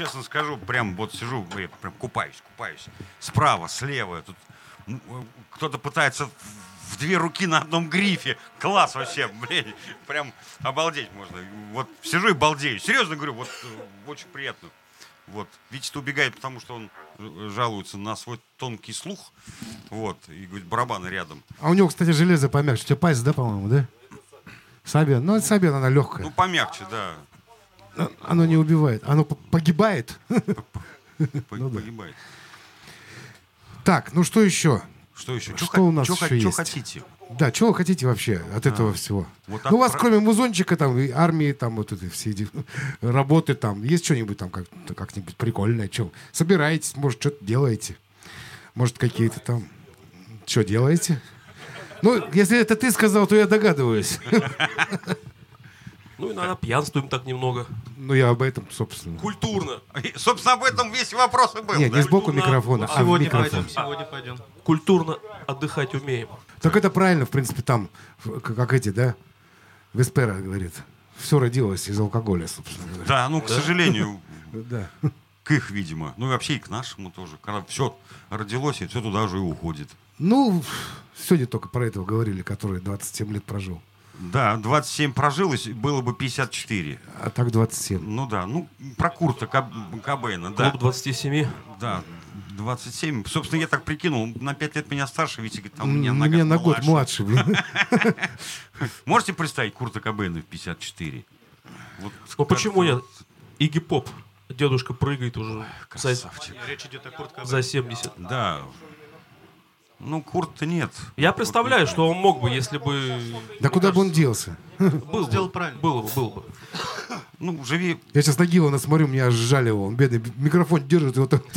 честно скажу, прям вот сижу, я прям купаюсь. Справа, слева. Тут кто-то пытается в 2 руки на одном грифе. Класс вообще, блин. Прям обалдеть можно. Вот сижу и балдею. Серьезно говорю, вот очень приятно. Вот. Витя убегает, потому что он жалуется на свой тонкий слух. Вот. И говорит, барабаны рядом. А у него, кстати, железо помягче. У тебя пальцы, да, по-моему, да? Сабиан. Ну, это Сабиан, она легкая. Ну, помягче, да. Оно не убивает. Оно погибает. Погибает. Так, ну что еще? Что еще? Что у нас еще Что есть? хотите? Да, чего вы хотите вообще от этого всего? Вот Ну, у вас, кроме музончика, там, и армии, там, вот эти все эти работы, там, есть что-нибудь там как-нибудь прикольное? Что? Собираетесь, может, что-то делаете? Может, какие-то там... Что делаете? Ну, если это ты сказал, то я догадываюсь. Ну, иногда пьянствуем так немного. Ну, я об этом, собственно. Культурно. И, собственно, об этом весь вопрос и был. Нет, да? не сбоку Культурно. микрофона, а в Сегодня микрофон. пойдем. Культурно отдыхать умеем. Так это правильно, в принципе, там, как эти, да? Веспера говорит. Все родилось из алкоголя, собственно говоря. Да, ну, к сожалению, Да. к их, видимо. Ну, и вообще и к нашему тоже. Когда все родилось, и все туда же и уходит. Ну, сегодня только про этого говорили, который 27 лет прожил. Да, 27 прожилось, было бы 54. А так 27. Ну да, ну, про Курта Кобейна, да. Клуб 27. Да, 27. Собственно, я так прикинул, на 5 лет меня старше, Витя говорит, там у меня Мне на год младше. младше, блин. Можете представить Курта Кобейна в 54? Вот, Ну почему нет? Игги Поп. Дедушка прыгает уже красавчик. Речь идет о Курт Кобейне. за 70. Да. Ну, Курта нет. Я представляю, что он мог бы, если бы... Да куда бы он делся? Был сделал бы. правильно. Было бы. Ну, живи... Я сейчас на Гиллана смотрю, меня аж жаль его. Он бедный микрофон держит. И вот так.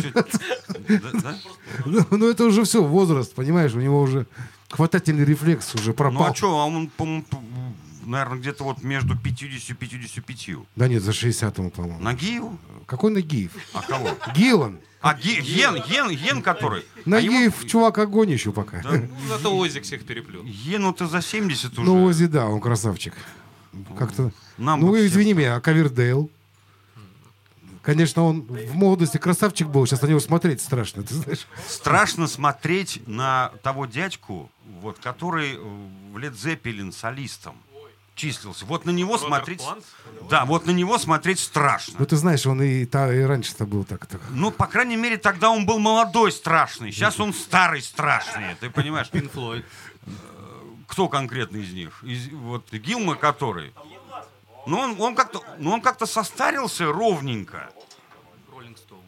Да? Ну это уже все, возраст, понимаешь? У него уже хватательный рефлекс уже Ну, пропал. а что, он, по-моему, наверное, где-то вот между 50 и 55. Да нет, за 60-му, по-моему. Нагиев? Какой Нагиев? А кого? Гиллан. А Ген который? Нагиев, чувак, огонь еще пока. Да, Ну, зато Озик всех переплюнул. Гену-то за 70 уже. Ну, Ози, да, он красавчик. Как-то... Нам Ну, бы всем. извини меня, а Ковердейл? Конечно, он в молодости красавчик был, сейчас на него смотреть страшно, ты знаешь. Страшно смотреть на того дядьку, вот, который в Led Zeppelin солистом числился. Вот на него смотреть... Да, вот на него смотреть страшно. Ну, ты знаешь, он и раньше-то был так. Ну, по крайней мере, тогда он был молодой страшный. Сейчас он старый страшный, ты понимаешь? Пинк Флойд. Кто конкретно из них? Вот Гилмор который? Ну, он как-то состарился ровненько. Роллинг Стоунс.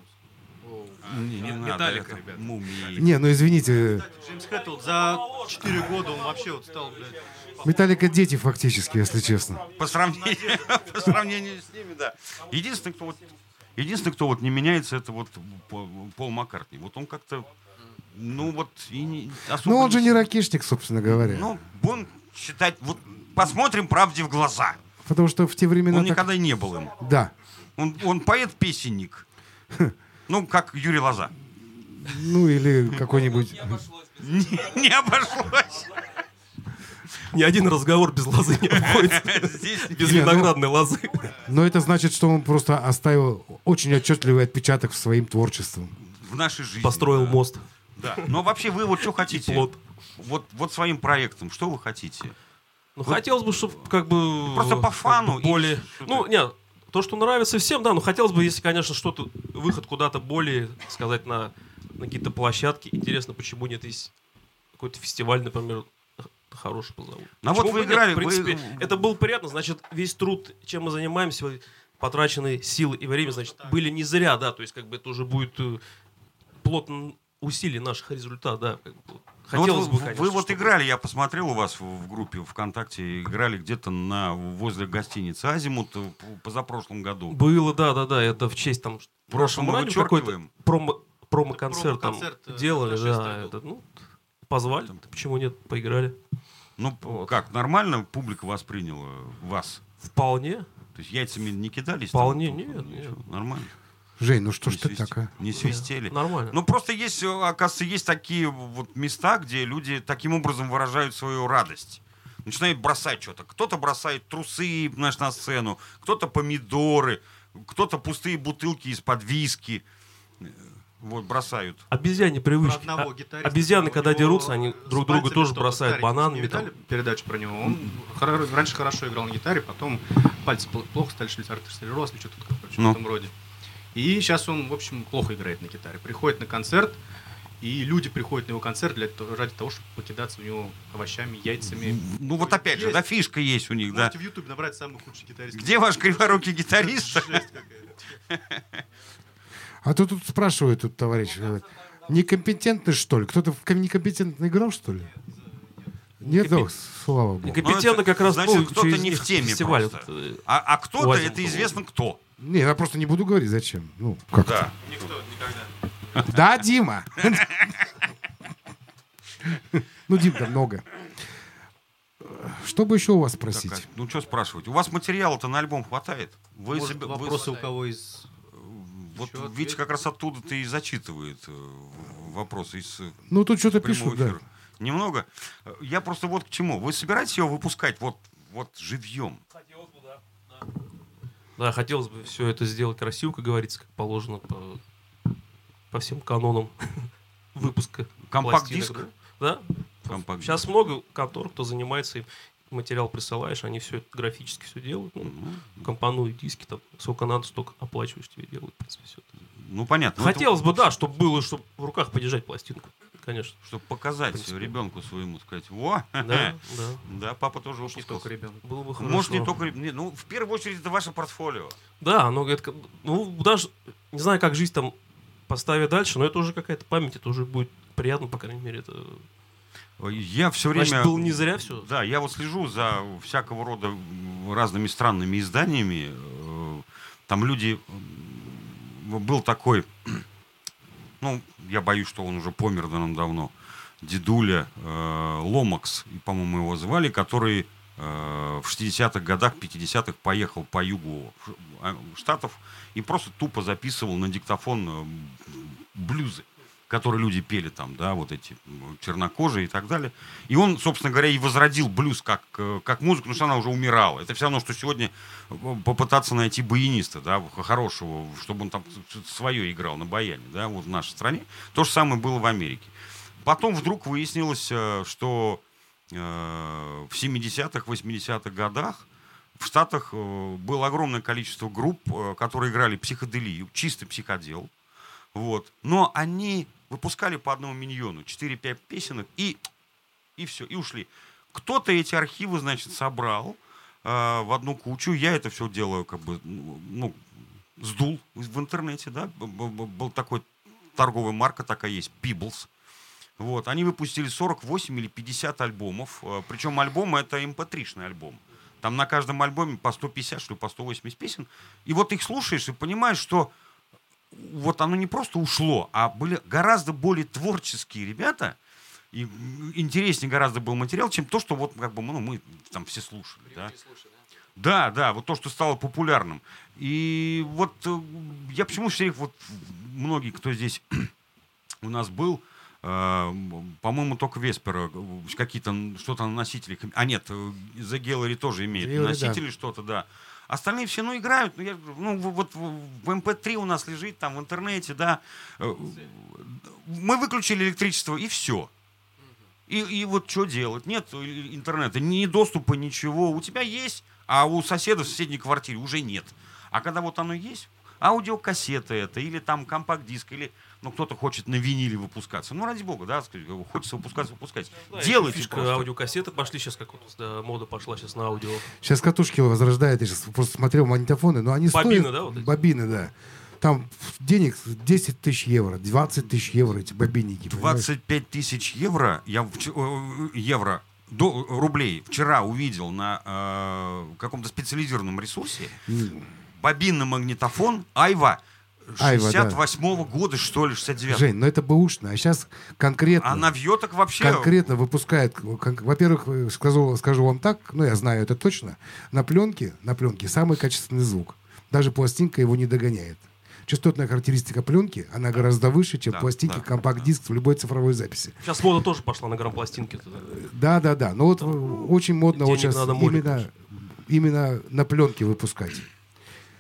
Не надо, Металлика, это ребят. мумии. Не, ну извините, Джеймс Хэттл за 4 года он вообще вот стал, блядь. Металлика дети фактически, если честно. По сравнению с ними, да. Единственный, кто вот не меняется, это вот Пол Маккартни. Вот он как-то, ну вот, и не особо... Ну, он же не ракешник, собственно говоря. Ну, будем считать, вот посмотрим правде в глаза. Потому что в те времена... Он так- никогда и не был им. Да. Он поэт-песенник. Ну, как Юрий Лоза. Ну, или какой-нибудь... Не обошлось. Ни один разговор без лозы не обходится. Здесь Без Не, ну- виноградной лозы. Но это значит, что он просто оставил очень отчетливый отпечаток своим творчеством. в нашей жизни. Построил да. мост. Да. Но вообще вы вот что хотите? Плот. Вот своим проектом, что вы хотите? Ну, хотелось бы, чтобы как бы... Просто по как бы фану более... или что-то? Ну, нет, то, что нравится всем, да, но хотелось бы, если, конечно, что-то, выход куда-то более, сказать, на какие-то площадки. Интересно, почему нет есть какой-то фестиваль, например, хороший позовут. Ну, вот Почему вы бы нет? играли, В принципе, вы- это было приятно, значит, весь труд, чем мы занимаемся, потраченные силы и время, значит, были не зря, да, то есть, как бы, это уже будет плод усилий наших результатов, да, как бы. Ну, Хотелось вот бы, вы конечно, вот чтобы- играли, я посмотрел у вас в группе ВКонтакте, играли где-то возле гостиницы «Азимут» позапрошлом году. Было, да, это в честь там В прошлом мы радио какой-то вычеркиваем. промо-концерт там Промо-концерт, делали, нашествие да, был. это, ну, позвали, почему нет, поиграли. Ну, Вот. как, нормально публика восприняла вас? Вполне. То есть яйцами не кидались? Вполне, там? нет, Ничего, нет. Нормально. Жень, ну что ж Не ты свисти- так, а? Не свистели. Нормально. Ну, просто есть, оказывается, есть такие вот места, где люди таким образом выражают свою радость. Начинают бросать что-то. Кто-то бросает трусы, знаешь, на сцену, кто-то помидоры, кто-то пустые бутылки из-под виски вот бросают. Обезьяне привычки. одного гитариста, Обезьяны, у когда него дерутся, они с друг друга пальцами тоже что-то бросают старенькое. бананами. Не там. видали передачу про него? Он раньше хорошо играл на гитаре, потом пальцы плохо стали, что ли, артеросклероз или что-то в Ну. этом роде. И сейчас он, в общем, плохо играет на гитаре. Приходит на концерт, и люди приходят на его концерт ради того, чтобы покидаться у него овощами, яйцами. Ну вот опять же, Есть. да, фишка есть у них, да. Можете в Ютубе набрать самый худший гитарист. Где ваш криворукий гитарист? Жесть какая-то. А то тут спрашивают, тут товарищ, говорит, некомпетентный, что ли? Кто-то некомпетентно играл, что ли? Нет, да, слава богу. Некомпетентно как раз Значит, был кто-то через не них в теме фестиваль. просто. Вот, А кто-то, Лазим это был. известно кто. Не, я просто не буду говорить, зачем. Ну, как Да. Никто никогда. Да, Дима. Ну, Дим-то много. Что бы еще у вас спросить? Такая, ну что спрашивать? У вас материала-то на альбом хватает? Вы Может, себе- вы- вопросы у кого из... Вот Еще Витя ответ? как раз оттуда-то и зачитывает вопросы из Ну, тут что-то прямого пишут, да. эфира. Немного. Я просто вот к чему. Вы собираетесь его выпускать вот живьем? Да, хотелось бы все это сделать красиво, как говорится, как положено по всем канонам выпуска. Компакт-диск? пластинок, Да. Компакт-диск. Сейчас много контор, кто занимается, им материал присылаешь, они все это графически все делают, компонуют диски, там, сколько надо, столько оплачиваешь, тебе делают, в принципе, все это. Ну, понятно. Ну, Хотелось бы, да, чтобы было, чтобы в руках подержать пластинку, конечно. Чтобы показать В принципе. ребенку своему, сказать, во, Да, да. да, папа тоже Не выпускал. только ребенок. Было бы хорошо. Может, не только... Ну, в первую очередь, это ваше портфолио. Да, оно говорит, ну, даже, не знаю, как жизнь там поставит дальше, но это уже какая-то память, это уже будет приятно, по крайней мере, это... Я все время... Значит, было не зря все. Да, я вот слежу за всякого рода разными странными изданиями. Там люди... Был такой... Ну, я боюсь, что он уже помер давно. Дедуля Ломакс, по-моему, его звали, который в 60-х годах, 50-х поехал по югу Штатов и просто тупо записывал на диктофон блюзы, которые люди пели там, да, вот эти чернокожие и так далее. И он, собственно говоря, и возродил блюз как музыку, потому что она уже умирала. Это все равно, что сегодня попытаться найти баяниста, да, хорошего, чтобы он там свое играл на баяне, да, вот в нашей стране. То же самое было в Америке. Потом вдруг выяснилось, что в 70-х, 80-х годах в Штатах было огромное количество групп, которые играли психоделию, чистый психодел. Вот. Но они выпускали по одному миньону, 4-5 песенок, и все, и ушли. Кто-то эти архивы, значит, собрал в одну кучу. Я это все делаю, как бы, ну, сдул в интернете, да. Был такой, торговая марка такая есть, Peebles. Вот. Они выпустили 48 или 50 альбомов. Причем альбомы — это MP3-шный альбом. Там на каждом альбоме по 150, что ли, по 180 песен. И вот их слушаешь и понимаешь, что вот оно не просто ушло, а были гораздо более творческие ребята, и интереснее гораздо был материал, чем то, что вот как бы мы там все слушали. Да? Да, вот то, что стало популярным. И вот я почему все вот многие, кто здесь у нас был, по-моему, только Веспер какие-то что-то на носителях. А нет, The Gallery тоже имеет Gallery, носители, да. что-то, да. Остальные все, играют. Вот в MP3 у нас лежит, там, в интернете, да. Мы выключили электричество, и все. И вот что делать? Нет интернета, ни доступа, ничего. У тебя есть, а у соседа в соседней квартире уже нет. А когда вот оно есть, аудиокассета это, или там компакт-диск, или кто-то хочет на виниле выпускаться. Ну, ради бога, да, хочется выпускать. Да, Делайте фишка, просто. аудиокассеты пошли сейчас, как вот да, мода пошла сейчас на аудио. Сейчас катушки возрождают, я сейчас просто смотрел магнитофоны, но они Бобины, стоят... да, вот эти? Бобины, да. Там денег 10 тысяч евро, 20 тысяч евро эти бобинники. понимаешь? 25 тысяч евро, рублей вчера увидел на каком-то специализированном ресурсе. Бобинный магнитофон Айва Айва, да. 68-го года, что ли, 69-го. Жень, ну это бэушно, а сейчас конкретно... А навье так вообще... Конкретно выпускает, во-первых, скажу вам так, ну я знаю это точно, на пленке самый качественный звук. Даже пластинка его не догоняет. Частотная характеристика пленки, она гораздо выше, чем Да, пластинки, да, компакт-диск в любой цифровой записи. Сейчас мода тоже пошла на грампластинке. Да. Но вот очень модно вот Денег сейчас надо молить, именно на пленке выпускать.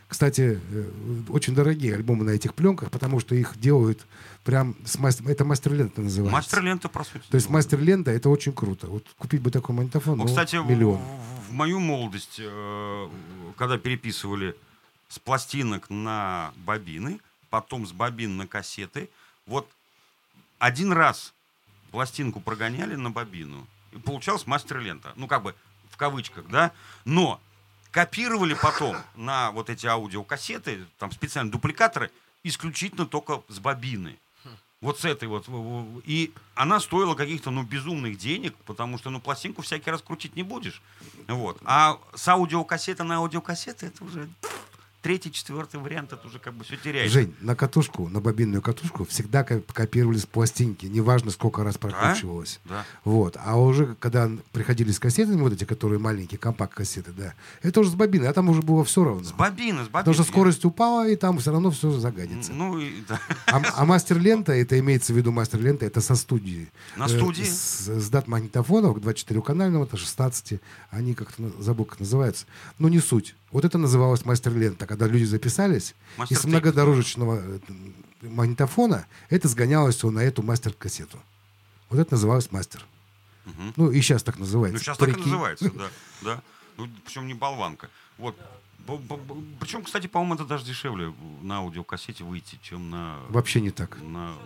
Кстати, очень дорогие альбомы на этих пленках, потому что их делают прям с это мастер-лента называется. Мастер-лента, по сути. То есть мастер-лента — это очень круто. Вот купить бы такой магнитофон, Ну, ну, кстати, миллион. в мою молодость, когда переписывали с пластинок на бобины, потом с бобин на кассеты, вот один раз пластинку прогоняли на бобину, и получалась мастер-лента. Ну, как бы в кавычках, да? Но копировали потом на вот эти аудиокассеты, там специальные дупликаторы, исключительно только с бобины. Вот с этой вот. И она стоила каких-то, безумных денег, потому что, пластинку всякий раз крутить не будешь. Вот. А с аудиокассеты на аудиокассеты это уже третий, четвертый вариант, это уже как бы все теряется. Жень, на катушку, на бобинную катушку всегда копировали с пластинки, неважно, сколько раз прокручивалось. Да. Вот. А уже, когда приходили с кассетами, вот эти, которые маленькие, компакт-кассеты, да, это уже с бобины, а там уже было все равно. С бобины. Потому что скорость упала, и там все равно все загадится. Да. А мастер-лента, это имеется в виду мастер-лента, это со студии. На студии. С дат-магнитофонов, 24-канального, это 16, они как-то, забыл, как называются. Но не суть. Вот это называлось мастер-лента, когда люди записались, и с многодорожечного магнитофона это сгонялось все на эту мастер-кассету. Вот это называлось мастер. Угу. Ну, и сейчас так называется. Сейчас так и называется, да. Причем не болванка. Вот. Причем, кстати, по-моему, это даже дешевле на аудиокассете выйти, чем на... Вообще не так.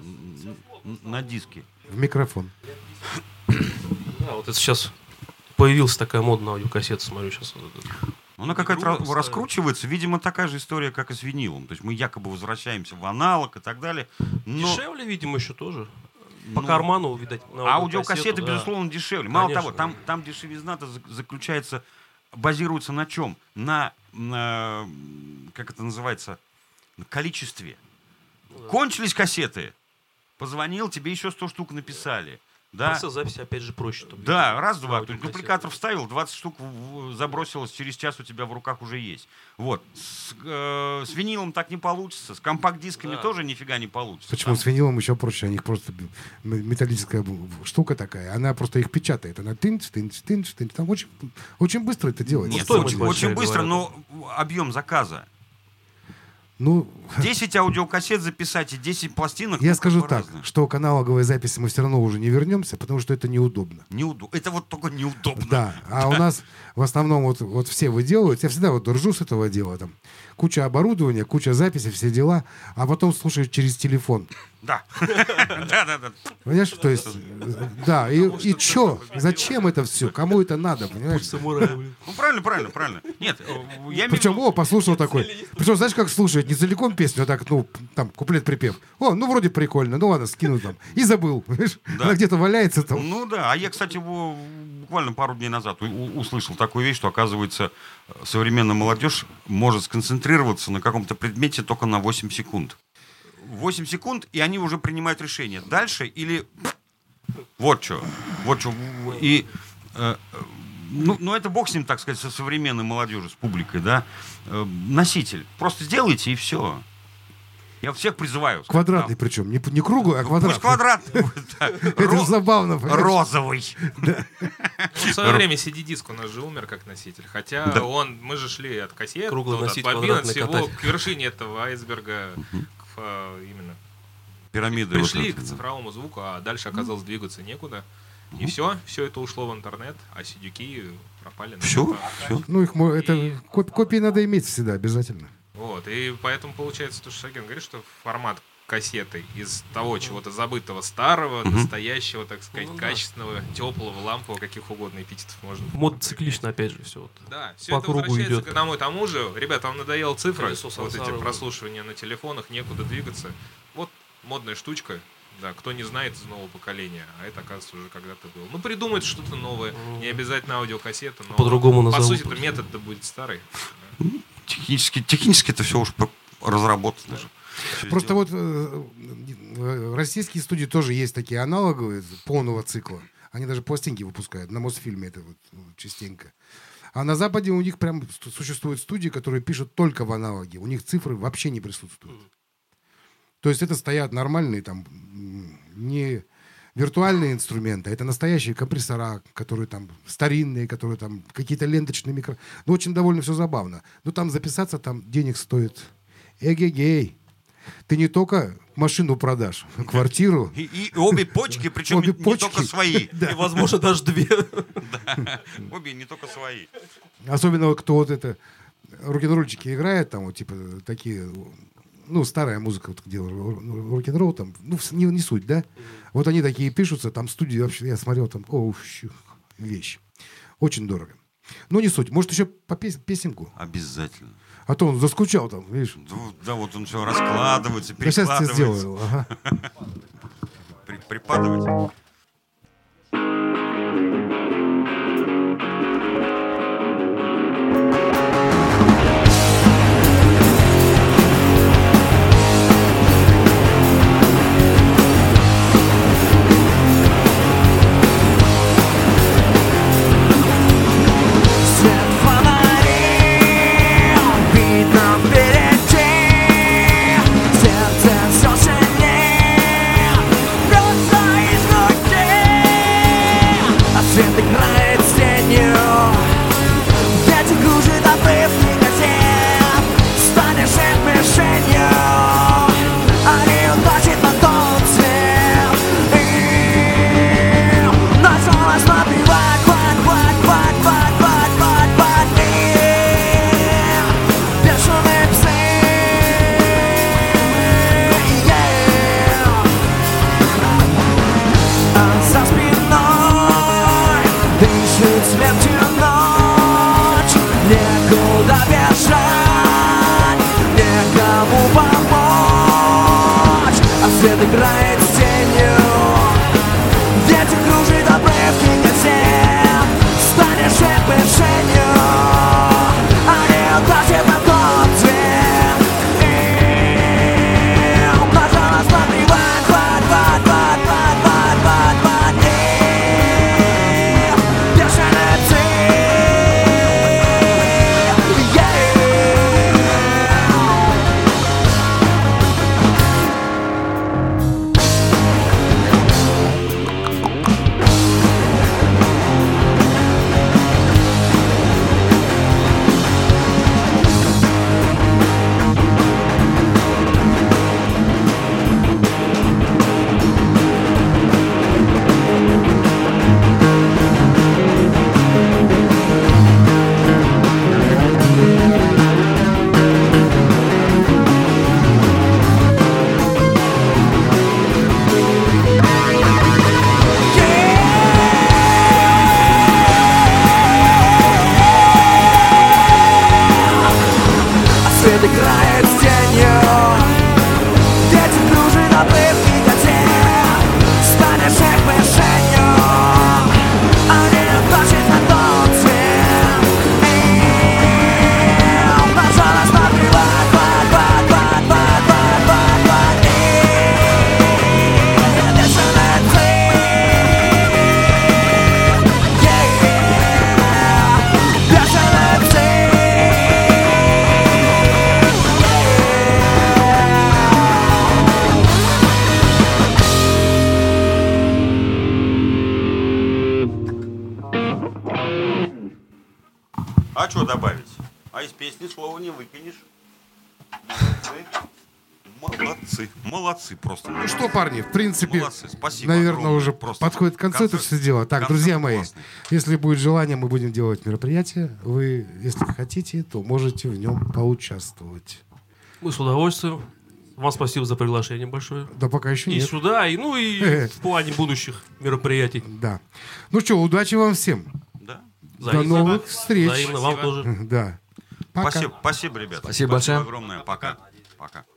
На диске. В микрофон. Да, вот это сейчас появилась такая мода на аудиокассеты, смотрю сейчас. Она какая-то раскручивается. Видимо, такая же история, как и с винилом. То есть мы якобы возвращаемся в аналог и так далее. Но... Дешевле, видимо, еще тоже. По карману, видать. Аудиокассеты, да. безусловно, дешевле. Мало Конечно. того, там дешевизна-то заключается, базируется на чем? На как это называется, на количестве. Да. Кончились кассеты. Позвонил, тебе еще 100 штук написали. Да? Процесс записи, опять же, проще. Да, раз-два. То есть дупликатор вставил, 20 штук забросилось, через час у тебя в руках уже есть. Вот. С винилом так не получится, с компакт-дисками тоже нифига не получится. Почему? С винилом еще проще. У них просто металлическая штука такая. Она просто их печатает. Она тынч. Там очень, очень быстро это делается. Нет, очень быстро, но объем заказа. 10 аудиокассет записать и 10 пластинок. Я скажу так, что к аналоговой записи мы все равно уже не вернемся, потому что это неудобно. Это вот только неудобно. Да, а у нас в основном вот все выделывают. Я всегда вот ржу с этого дела. Там куча оборудования, куча записей, все дела, а потом слушаешь через телефон. Да. Да. Понимаешь, то есть, да, и чё? Зачем это все? Кому это надо, понимаешь? Правильно. Нет, я Причем, послушал такой. Причем, знаешь, как слушает, не целиком песню, а так, там, куплет-припев. Вроде прикольно, ладно, скину там. И забыл, понимаешь? Да. Она где-то валяется там. Да, а я, кстати, буквально пару дней назад услышал такую вещь, что, оказывается, современная молодежь может сконцентрироваться на каком-то предмете только на 8 секунд. 8 секунд, и они уже принимают решение. Дальше или... Вот что. И... это бог с ним, так сказать, со современной молодежью, с публикой, да. Носитель. Просто сделайте, и все. Я всех призываю. Квадратный причем. Не круглый, а квадратный. Пусть квадратный. Это же забавно. Розовый. В свое время CD-диск у нас же умер как носитель. Хотя мы же шли от кассет, от бобин, всего к вершине этого айсберга, именно пирамиды. Пришли к цифровому звуку, а дальше оказалось двигаться некуда. И все это ушло в интернет, а сидюки пропали. Все. Копии надо иметь всегда, обязательно. Вот, и поэтому получается то, что Сергей говорит, что формат кассеты из того чего-то забытого старого, настоящего, так сказать, качественного, теплого, лампового, каких угодно эпитетов можно. Мотоциклично, опять же, все. Да, все это возвращается к одному и тому же. Ребята, вам надоела цифра, вот эти прослушивания на телефонах, некуда двигаться. Вот модная штучка, да, кто не знает из нового поколения, а это, оказывается, уже когда-то было. Придумать что-то новое, не обязательно аудиокассета, но по-другому назовут. По сути, метод-то будет старый. Технически это все уже разработано же. Просто вот российские студии тоже есть такие аналоговые полного цикла. Они даже пластинки выпускают. На Мосфильме это вот частенько. А на Западе у них прям существуют студии, которые пишут только в аналоге. У них цифры вообще не присутствуют. То есть это стоят нормальные там виртуальные инструменты, это настоящие компрессора, которые там старинные, которые там какие-то ленточные микро... Ну, очень довольно все забавно. Но там записаться там денег стоит. Эгегей. Ты не только машину продашь, квартиру. И обе почки, причем Обе не почки. только свои. И, возможно, даже 2. Да. Обе не только свои. Особенно кто вот это рок-н-ролльчики играет, там вот типа такие, ну, старая музыка, вот, где рок-н-ролл, там, ну, не суть, да? Вот они такие пишутся, там студии вообще, я смотрел, там, вещь. Очень дорого. Но не суть. Может, еще по песенку? Обязательно. А то он заскучал там, видишь? Да, вот он все раскладывается, Я сейчас тебе перекладывается. сделаю. Ага. Припадывать. Свет фонарей, видно впереди, сердце все сильнее, бьется из груди, а свет играет с тенью, ветер кружит обрыв негатив, станешь их мишенью, они утащат на тот свет, и началось напевать. Бешеные псы, а за спиной дышит смертью ночь. Некуда бежать, некому помочь, а свет играет с тенью. Ветер кружит обрывки газет, станешь их мишенью, они утащат на тот свет. И пожалуйста, смотри, и бешеные псы. Свет играет с тенью, ветер кружит обрывки газет, станешь их мишенью, они утащат на тот свет. И пожалуйста, смотри, и бешеные псы. Бешеные псы. А что добавить? А из песни слова не выкинешь. Молодцы. Молодцы просто. Ну что, парни, в принципе, Молодцы. Спасибо наверное, огромное. уже Просто подходит к концу это все дело. Так, концерт друзья мои, классный. если будет желание, мы будем делать мероприятие. Вы, если хотите, то можете в нем поучаствовать. Мы с удовольствием. Вам спасибо за приглашение большое. Да пока еще И нет. сюда, и ну и в плане будущих мероприятий. Да. Ну что, удачи вам всем. Да. До Взаимно. новых встреч. Взаимно вам тоже. Да. Пока. Спасибо, ребята. Спасибо большое. огромное. Пока. Пока.